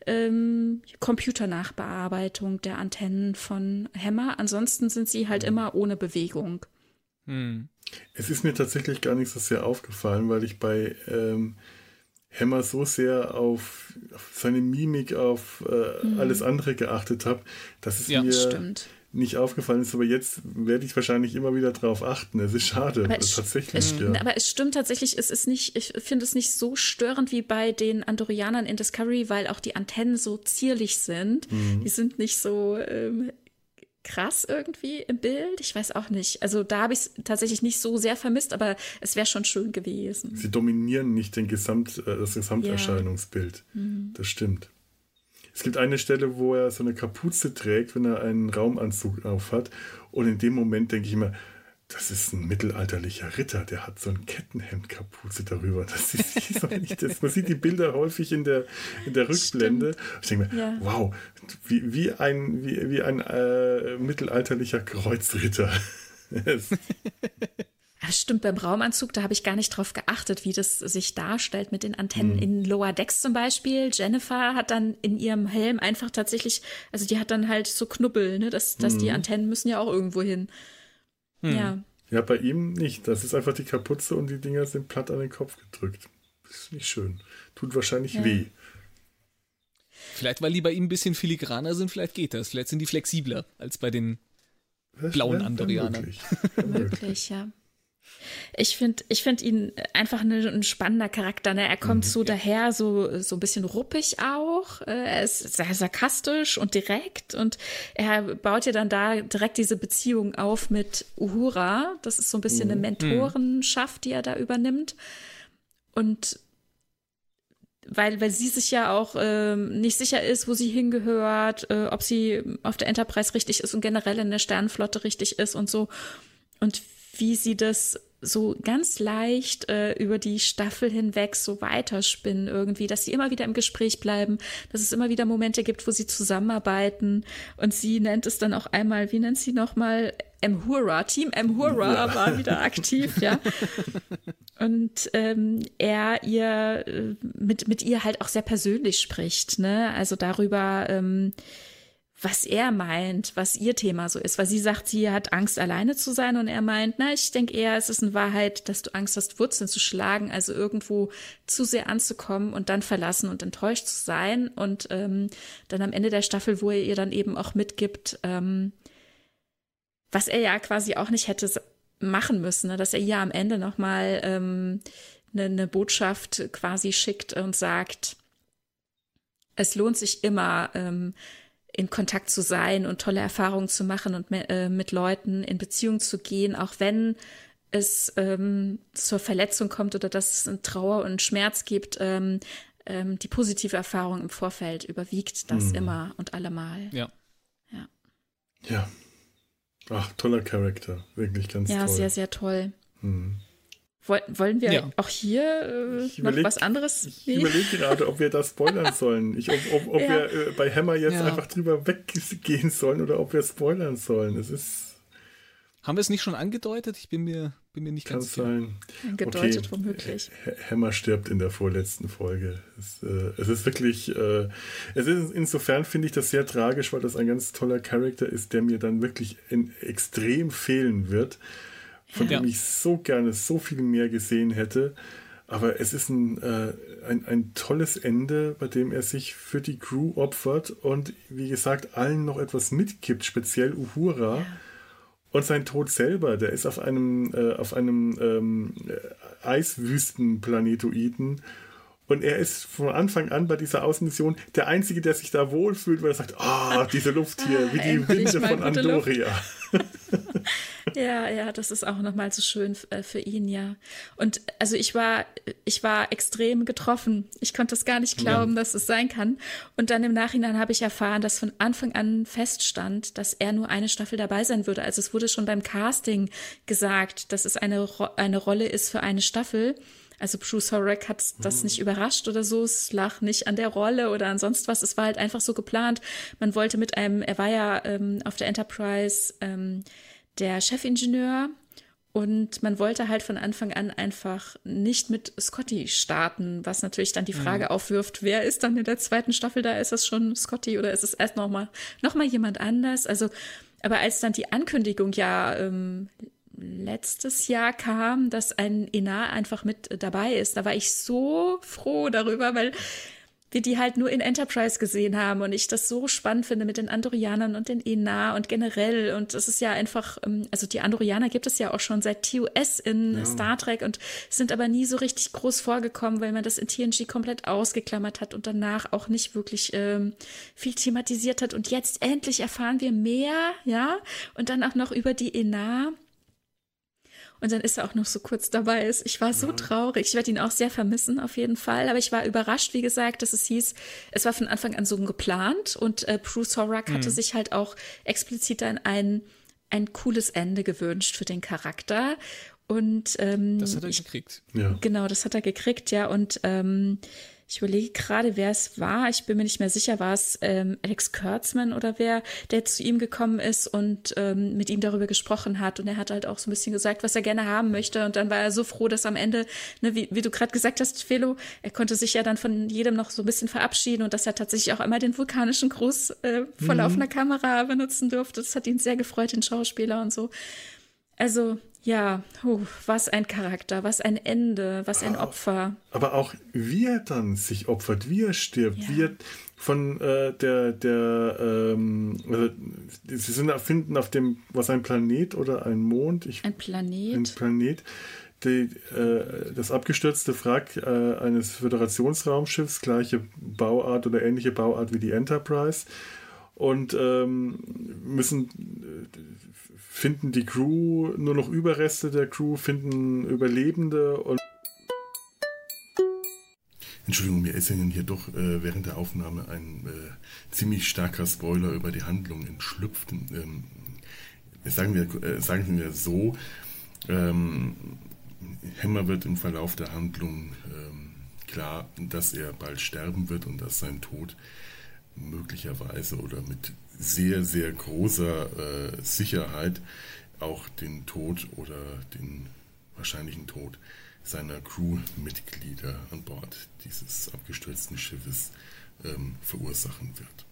S3: Computernachbearbeitung der Antennen von Hemmer. Ansonsten sind sie halt immer ohne Bewegung.
S1: Es ist mir tatsächlich gar nicht so sehr aufgefallen, weil ich bei Hemmer so sehr auf seine Mimik, auf alles andere geachtet habe, dass es mir nicht aufgefallen ist. Aber jetzt werde ich wahrscheinlich immer wieder drauf achten. Es ist schade. Aber
S3: es stimmt tatsächlich, es ist nicht, ich finde es nicht so störend wie bei den Andorianern in Discovery, weil auch die Antennen so zierlich sind. Die sind nicht so krass irgendwie im Bild. Ich weiß auch nicht. Also da habe ich es tatsächlich nicht so sehr vermisst, aber es wäre schon schön gewesen.
S1: Sie dominieren nicht das Gesamterscheinungsbild. Das stimmt. Es gibt eine Stelle, wo er so eine Kapuze trägt, wenn er einen Raumanzug aufhat. Und in dem Moment denke ich immer, das ist ein mittelalterlicher Ritter, der hat so ein Kettenhemdkapuze darüber. Das ist so nicht das. Man sieht die Bilder häufig in der Rückblende. Stimmt. Ich denke mir, wow, wie ein mittelalterlicher Kreuzritter.
S3: Stimmt, beim Raumanzug, da habe ich gar nicht drauf geachtet, wie das sich darstellt mit den Antennen in Lower Decks zum Beispiel. Jennifer hat dann in ihrem Helm einfach tatsächlich, also die hat dann halt so Knubbel, ne, dass die Antennen müssen ja auch irgendwo hin. Ja,
S1: bei ihm nicht. Das ist einfach die Kapuze und die Dinger sind platt an den Kopf gedrückt. Das ist nicht schön. Tut wahrscheinlich weh.
S2: Vielleicht, weil die bei ihm ein bisschen filigraner sind, vielleicht geht das. Vielleicht sind die flexibler als bei den blauen Andorianern.
S3: Möglich, ja. Ich find ihn einfach ein spannender Charakter. Ne? Er kommt so daher, so ein bisschen ruppig auch. Er ist sehr sarkastisch und direkt und er baut ja dann da direkt diese Beziehung auf mit Uhura. Das ist so ein bisschen eine Mentorenschaft, die er da übernimmt. Und weil sie sich ja auch nicht sicher ist, wo sie hingehört, ob sie auf der Enterprise richtig ist und generell in der Sternenflotte richtig ist und so. Und wie sie das so ganz leicht über die Staffel hinweg so weiterspinnen irgendwie, dass sie immer wieder im Gespräch bleiben, dass es immer wieder Momente gibt, wo sie zusammenarbeiten und sie nennt es dann auch einmal, wie nennt sie nochmal, Team Mhura war wieder aktiv, ja. Und er ihr mit ihr halt auch sehr persönlich spricht, ne, also darüber, was er meint, was ihr Thema so ist, weil sie sagt, sie hat Angst, alleine zu sein und er meint, ich denke eher, es ist in Wahrheit, dass du Angst hast, Wurzeln zu schlagen, also irgendwo zu sehr anzukommen und dann verlassen und enttäuscht zu sein und dann am Ende der Staffel, wo er ihr dann eben auch mitgibt, was er ja quasi auch nicht hätte machen müssen, ne? Dass er ihr am Ende nochmal eine Botschaft quasi schickt und sagt, es lohnt sich immer, in Kontakt zu sein und tolle Erfahrungen zu machen und mit Leuten in Beziehung zu gehen, auch wenn es zur Verletzung kommt oder dass es eine Trauer und Schmerz gibt. Die positive Erfahrung im Vorfeld überwiegt das immer und allemal.
S2: Ja.
S1: Ach, toller Charakter. Wirklich ganz toll.
S3: Ja, sehr, sehr toll. Wollen wir auch hier noch was anderes?
S1: Ich überlege gerade, ob wir das spoilern sollen. Ob wir bei Hemmer jetzt einfach drüber weggehen sollen oder ob wir spoilern sollen.
S2: Haben wir es nicht schon angedeutet? Ich bin mir Bin mir nicht
S1: Kann
S2: ganz sicher.
S1: sein.
S3: Gedeutet womöglich.
S1: Hammer stirbt in der vorletzten Folge. Es ist wirklich, es ist insofern finde ich das sehr tragisch, weil das ein ganz toller Charakter ist, der mir dann wirklich extrem fehlen wird, von dem ich so gerne so viel mehr gesehen hätte. Aber es ist ein tolles Ende, bei dem er sich für die Crew opfert und wie gesagt allen noch etwas mitkippt, speziell Uhura. Ja. Und sein Tod selber, der ist auf einem Eiswüstenplanetoiden. Und er ist von Anfang an bei dieser Außenmission der Einzige, der sich da wohlfühlt, weil er sagt, diese Luft hier, wie die Winde von Andoria.
S3: Ja, das ist auch nochmal so schön für ihn, ja. Und also ich war extrem getroffen. Ich konnte es gar nicht glauben, dass es sein kann. Und dann im Nachhinein habe ich erfahren, dass von Anfang an feststand, dass er nur eine Staffel dabei sein würde. Also es wurde schon beim Casting gesagt, dass es eine Rolle ist für eine Staffel. Also Bruce Horak hat das nicht überrascht oder so. Es lag nicht an der Rolle oder an sonst was. Es war halt einfach so geplant. Man wollte er war ja auf der Enterprise der Chefingenieur und man wollte halt von Anfang an einfach nicht mit Scotty starten, was natürlich dann die Frage aufwirft, wer ist dann in der zweiten Staffel da? Ist das schon Scotty oder ist es erst noch mal jemand anders? Also, aber als dann die Ankündigung letztes Jahr kam, dass ein Enar einfach mit dabei ist, da war ich so froh darüber, weil wir die halt nur in Enterprise gesehen haben und ich das so spannend finde mit den Andorianern und den Enar und generell und das ist ja einfach, also die Andorianer gibt es ja auch schon seit TOS in Star Trek und sind aber nie so richtig groß vorgekommen, weil man das in TNG komplett ausgeklammert hat und danach auch nicht wirklich viel thematisiert hat und jetzt endlich erfahren wir mehr, ja, und dann auch noch über die Enar. Und dann ist er auch noch so kurz dabei. Ich war so traurig. Ich werde ihn auch sehr vermissen, auf jeden Fall. Aber ich war überrascht, wie gesagt, dass es hieß, es war von Anfang an so geplant. Und Bruce Horak hatte sich halt auch explizit dann ein cooles Ende gewünscht für den Charakter. Und
S2: das hat er gekriegt.
S1: Ja.
S3: Genau, das hat er gekriegt, ja. Und ich überlege gerade, wer es war. Ich bin mir nicht mehr sicher, war es Alex Kurtzman oder wer, der zu ihm gekommen ist und mit ihm darüber gesprochen hat. Und er hat halt auch so ein bisschen gesagt, was er gerne haben möchte. Und dann war er so froh, dass am Ende, ne, wie du gerade gesagt hast, Felo, er konnte sich ja dann von jedem noch so ein bisschen verabschieden und dass er tatsächlich auch einmal den vulkanischen Gruß vor laufender Kamera benutzen durfte. Das hat ihn sehr gefreut, den Schauspieler und so. Also, ja, was ein Charakter, was ein Ende, was ein Opfer.
S1: Aber auch wie er dann sich opfert, wie er stirbt, wie er von sie finden auf dem, was ein Planet oder ein Mond?
S3: Ein Planet.
S1: Ein Planet. Das abgestürzte Wrack eines Föderationsraumschiffs, gleiche Bauart oder ähnliche Bauart wie die Enterprise. Und finden die Crew, nur noch Überreste der Crew, finden Überlebende und Entschuldigung, mir ist Ihnen hier doch während der Aufnahme ein ziemlich starker Spoiler über die Handlung entschlüpft. Sagen wir so, Hammer wird im Verlauf der Handlung klar, dass er bald sterben wird und dass sein Tod möglicherweise oder mit sehr, sehr großer Sicherheit auch den Tod oder den wahrscheinlichen Tod seiner Crewmitglieder an Bord dieses abgestürzten Schiffes verursachen wird.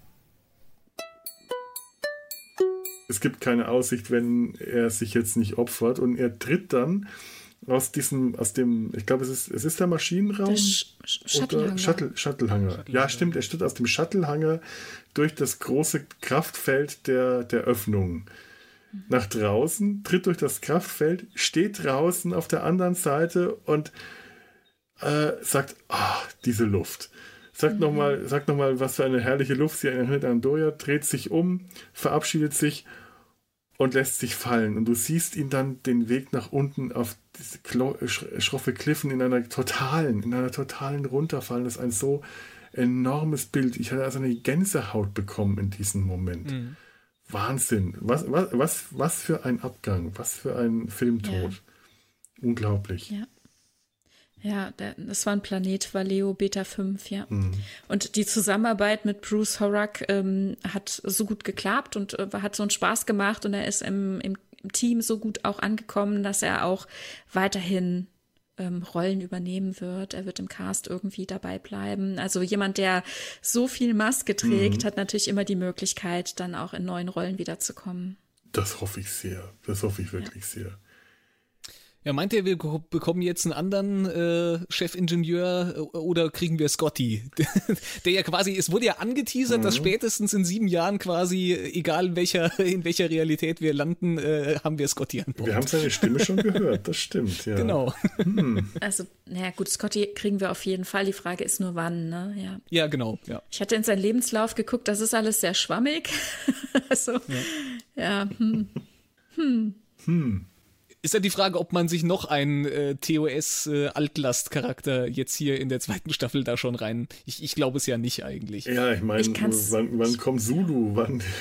S1: Es gibt keine Aussicht, wenn er sich jetzt nicht opfert und er tritt dann aus dem, ich glaube, es ist der Maschinenraum. Shuttlehangar. Ja, stimmt, er tritt aus dem Shuttlehangar durch das große Kraftfeld der Öffnung nach draußen, tritt durch das Kraftfeld, steht draußen auf der anderen Seite und sagt, diese Luft. Sagt nochmal, was für eine herrliche Luft sie erinnert an Andoria, dreht sich um, verabschiedet sich und lässt sich fallen. Und du siehst ihn dann den Weg nach unten auf diese schroffe Kliffen in einer totalen Runterfallen. Das ist ein so enormes Bild. Ich hatte also eine Gänsehaut bekommen in diesem Moment. Mhm. Wahnsinn. Was für ein Abgang. Was für ein Filmtod. Ja. Unglaublich.
S3: Ja. Ja, das war ein Planet Valeo Beta 5, ja. Mhm. Und die Zusammenarbeit mit Bruce Horak hat so gut geklappt und hat so einen Spaß gemacht und er ist im Team so gut auch angekommen, dass er auch weiterhin Rollen übernehmen wird. Er wird im Cast irgendwie dabei bleiben. Also jemand, der so viel Maske trägt, hat natürlich immer die Möglichkeit, dann auch in neuen Rollen wiederzukommen.
S1: Das hoffe ich sehr. Das hoffe ich wirklich sehr.
S2: Ja, meint ihr, wir bekommen jetzt einen anderen Chefingenieur oder kriegen wir Scotty? Der ja quasi, es wurde ja angeteasert, dass spätestens in 7 Jahren quasi, egal in welcher Realität wir landen, haben wir Scotty an Bord.
S1: Wir haben seine Stimme schon gehört, das stimmt, ja.
S2: Genau.
S3: Also, naja gut, Scotty kriegen wir auf jeden Fall. Die Frage ist nur wann, ne? Ja,
S2: ja genau. Ja.
S3: Ich hatte in seinen Lebenslauf geguckt, das ist alles sehr schwammig. Also, ja.
S2: Ist ja die Frage, ob man sich noch einen TOS-Altlast-Charakter jetzt hier in der 2. Staffel da schon rein... Ich glaube es ja nicht eigentlich.
S1: Ja, ich meine, wann kommt Zulu?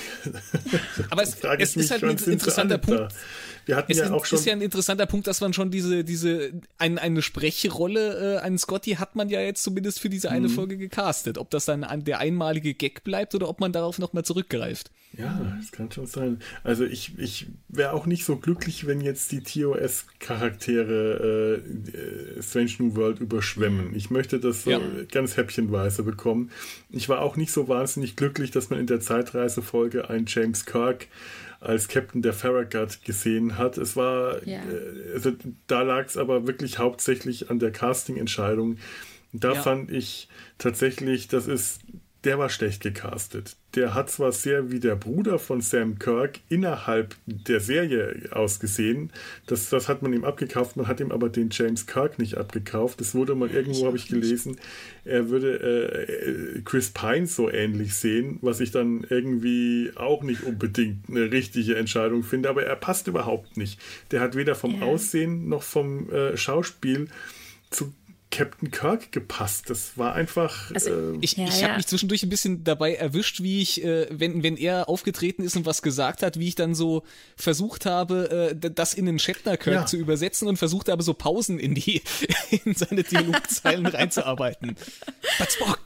S2: Aber es ist halt ein interessanter Punkt.
S1: Wir hatten ja auch schon...
S2: ist ja ein interessanter Punkt, dass man schon eine Sprechrolle, einen Scotty hat man ja jetzt zumindest für diese eine Folge gecastet. Ob das dann der einmalige Gag bleibt oder ob man darauf nochmal zurückgreift.
S1: Ja, das kann schon sein. Also ich wäre auch nicht so glücklich, wenn jetzt die TOS-Charaktere Strange New World überschwemmen. Ich möchte das so ganz häppchenweise bekommen. Ich war auch nicht so wahnsinnig glücklich, dass man in der Zeitreisefolge einen James Kirk als Captain der Farragut gesehen hat. Es war, also da lag es aber wirklich hauptsächlich an der Casting-Entscheidung. Da fand ich tatsächlich, der war schlecht gecastet. Der hat zwar sehr wie der Bruder von Sam Kirk innerhalb der Serie ausgesehen. Das hat man ihm abgekauft. Man hat ihm aber den James Kirk nicht abgekauft. Das wurde mal irgendwo, habe ich gelesen, er würde Chris Pine so ähnlich sehen, was ich dann irgendwie auch nicht unbedingt eine richtige Entscheidung finde. Aber er passt überhaupt nicht. Der hat weder vom Aussehen noch vom Schauspiel zu Captain Kirk gepasst. Das war einfach...
S2: Also, ich habe mich zwischendurch ein bisschen dabei erwischt, wie ich, wenn er aufgetreten ist und was gesagt hat, wie ich dann so versucht habe, das in den Shatner Kirk zu übersetzen und versucht habe, so Pausen in seine Dialogzeilen reinzuarbeiten. But Spock!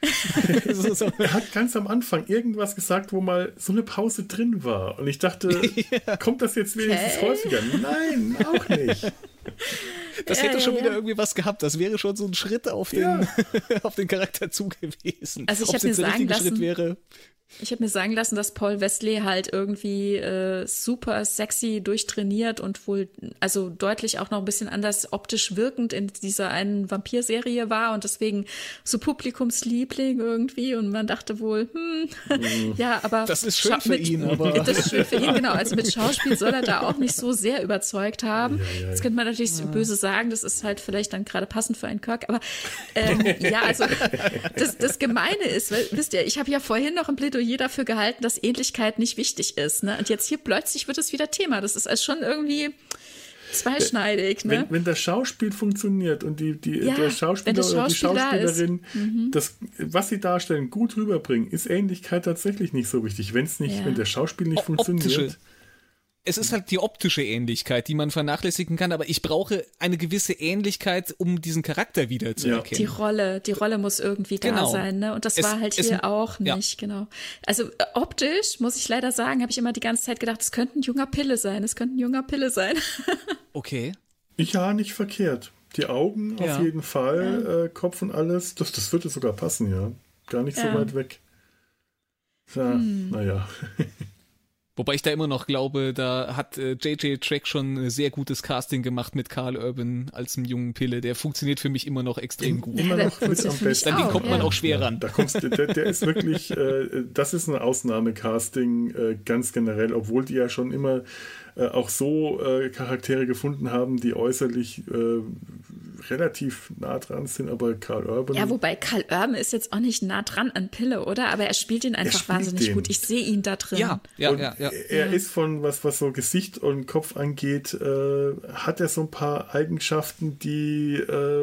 S1: so. Er hat ganz am Anfang irgendwas gesagt, wo mal so eine Pause drin war. Und ich dachte, kommt das jetzt wenigstens häufiger? Nein, auch nicht.
S2: Das hätte schon wieder irgendwie was gehabt. Das wäre schon so ein Schritt auf den Charakter zu gewesen.
S3: Also ich habe mir sagen lassen, ich habe mir sagen lassen, dass Paul Wesley halt irgendwie super sexy durchtrainiert und wohl also deutlich auch noch ein bisschen anders optisch wirkend in dieser einen Vampirserie war und deswegen so Publikumsliebling irgendwie und man dachte wohl, ja, aber
S2: das ist schön für ihn, aber
S3: das ist schön für ihn, genau. Also mit Schauspiel soll er da auch nicht so sehr überzeugt haben. Jetzt könnte man natürlich so böse sagen, das ist halt vielleicht dann gerade passend für einen Kirk, aber ja, also das Gemeine ist, weil, wisst ihr, ich habe ja vorhin noch ein Plädoyer dafür gehalten, dass Ähnlichkeit nicht wichtig ist. Ne? Und jetzt hier plötzlich wird es wieder Thema. Das ist also schon irgendwie zweischneidig. Ne?
S1: Wenn das Schauspiel funktioniert und der Schauspieler oder die Schauspielerin, das, was sie darstellen, gut rüberbringen, ist Ähnlichkeit tatsächlich nicht so wichtig. Wenn das Schauspiel nicht funktioniert.
S2: Es ist halt die optische Ähnlichkeit, die man vernachlässigen kann, aber ich brauche eine gewisse Ähnlichkeit, um diesen Charakter wieder zu erkennen.
S3: Die Rolle muss irgendwie da sein, ne? Und das war halt hier auch nicht, genau. Also optisch, muss ich leider sagen, habe ich immer die ganze Zeit gedacht, es könnte ein junger Pille sein,
S2: Okay.
S1: Ja, nicht verkehrt. Die Augen auf jeden Fall, Kopf und alles, das würde sogar passen, ja. Gar nicht so weit weg. Ja, naja.
S2: Wobei ich da immer noch glaube, da hat J.J. Track schon ein sehr gutes Casting gemacht mit Karl Urban als einem jungen Pille. Der funktioniert für mich immer noch extrem gut.
S1: Immer noch mit am besten.
S2: An den kommt man auch schwer ran.
S1: Da der ist wirklich, das ist ein Ausnahmecasting ganz generell, obwohl die ja schon immer auch so Charaktere gefunden haben, die äußerlich relativ nah dran sind, aber Karl Urban...
S3: Ja, wobei Karl Urban ist jetzt auch nicht nah dran an Pille, oder? Aber er spielt ihn einfach wahnsinnig gut. Ich sehe ihn da drin.
S2: Ja.
S1: Er ist von, was so Gesicht und Kopf angeht, hat er so ein paar Eigenschaften, die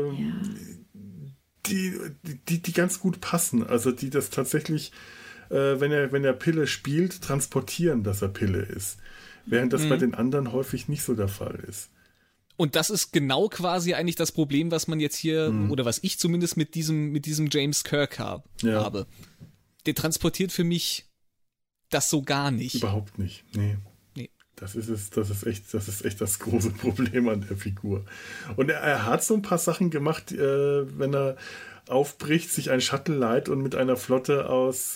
S1: ganz gut passen. Also die das tatsächlich, wenn er Pille spielt, transportieren, dass er Pille ist. Während das bei den anderen häufig nicht so der Fall ist.
S2: Und das ist genau quasi eigentlich das Problem, was man jetzt hier, oder was ich zumindest mit diesem James Kirk habe. Der transportiert für mich das so gar nicht.
S1: Überhaupt nicht, nee. Das ist echt das große Problem an der Figur. Und er hat so ein paar Sachen gemacht, wenn er aufbricht, sich ein Shuttle leiht und mit einer Flotte aus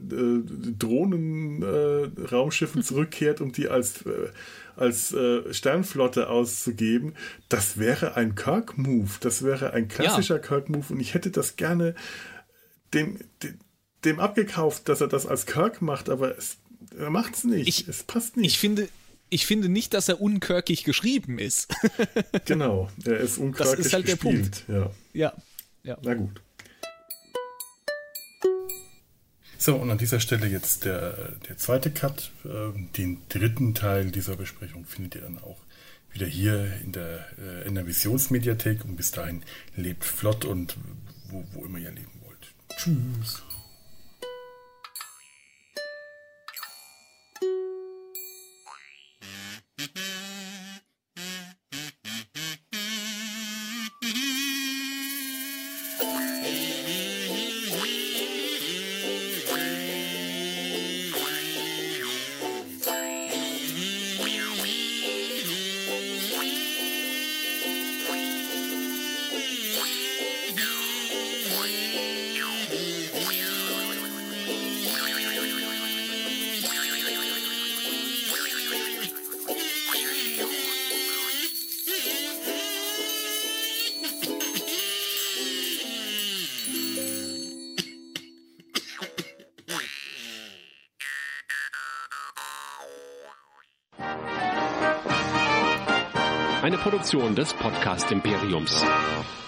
S1: Drohnen-Raumschiffen zurückkehrt, um die als Sternflotte auszugeben. Das wäre ein Kirk-Move. Das wäre ein klassischer Kirk-Move. Und ich hätte das gerne dem abgekauft, dass er das als Kirk macht, aber er macht es nicht. Es passt nicht.
S2: Ich finde nicht, dass er unkirkig geschrieben ist.
S1: Genau, er ist unkirkig
S2: das ist halt
S1: gespielt.
S2: Der Punkt. Ja.
S1: Na gut. So, und an dieser Stelle jetzt der zweite Cut. Den dritten Teil dieser Besprechung findet ihr dann auch wieder hier in der NRVisionsmediathek. Und bis dahin lebt flott und wo immer ihr leben wollt. Tschüss.
S4: Eine Produktion des Podcast Imperiums.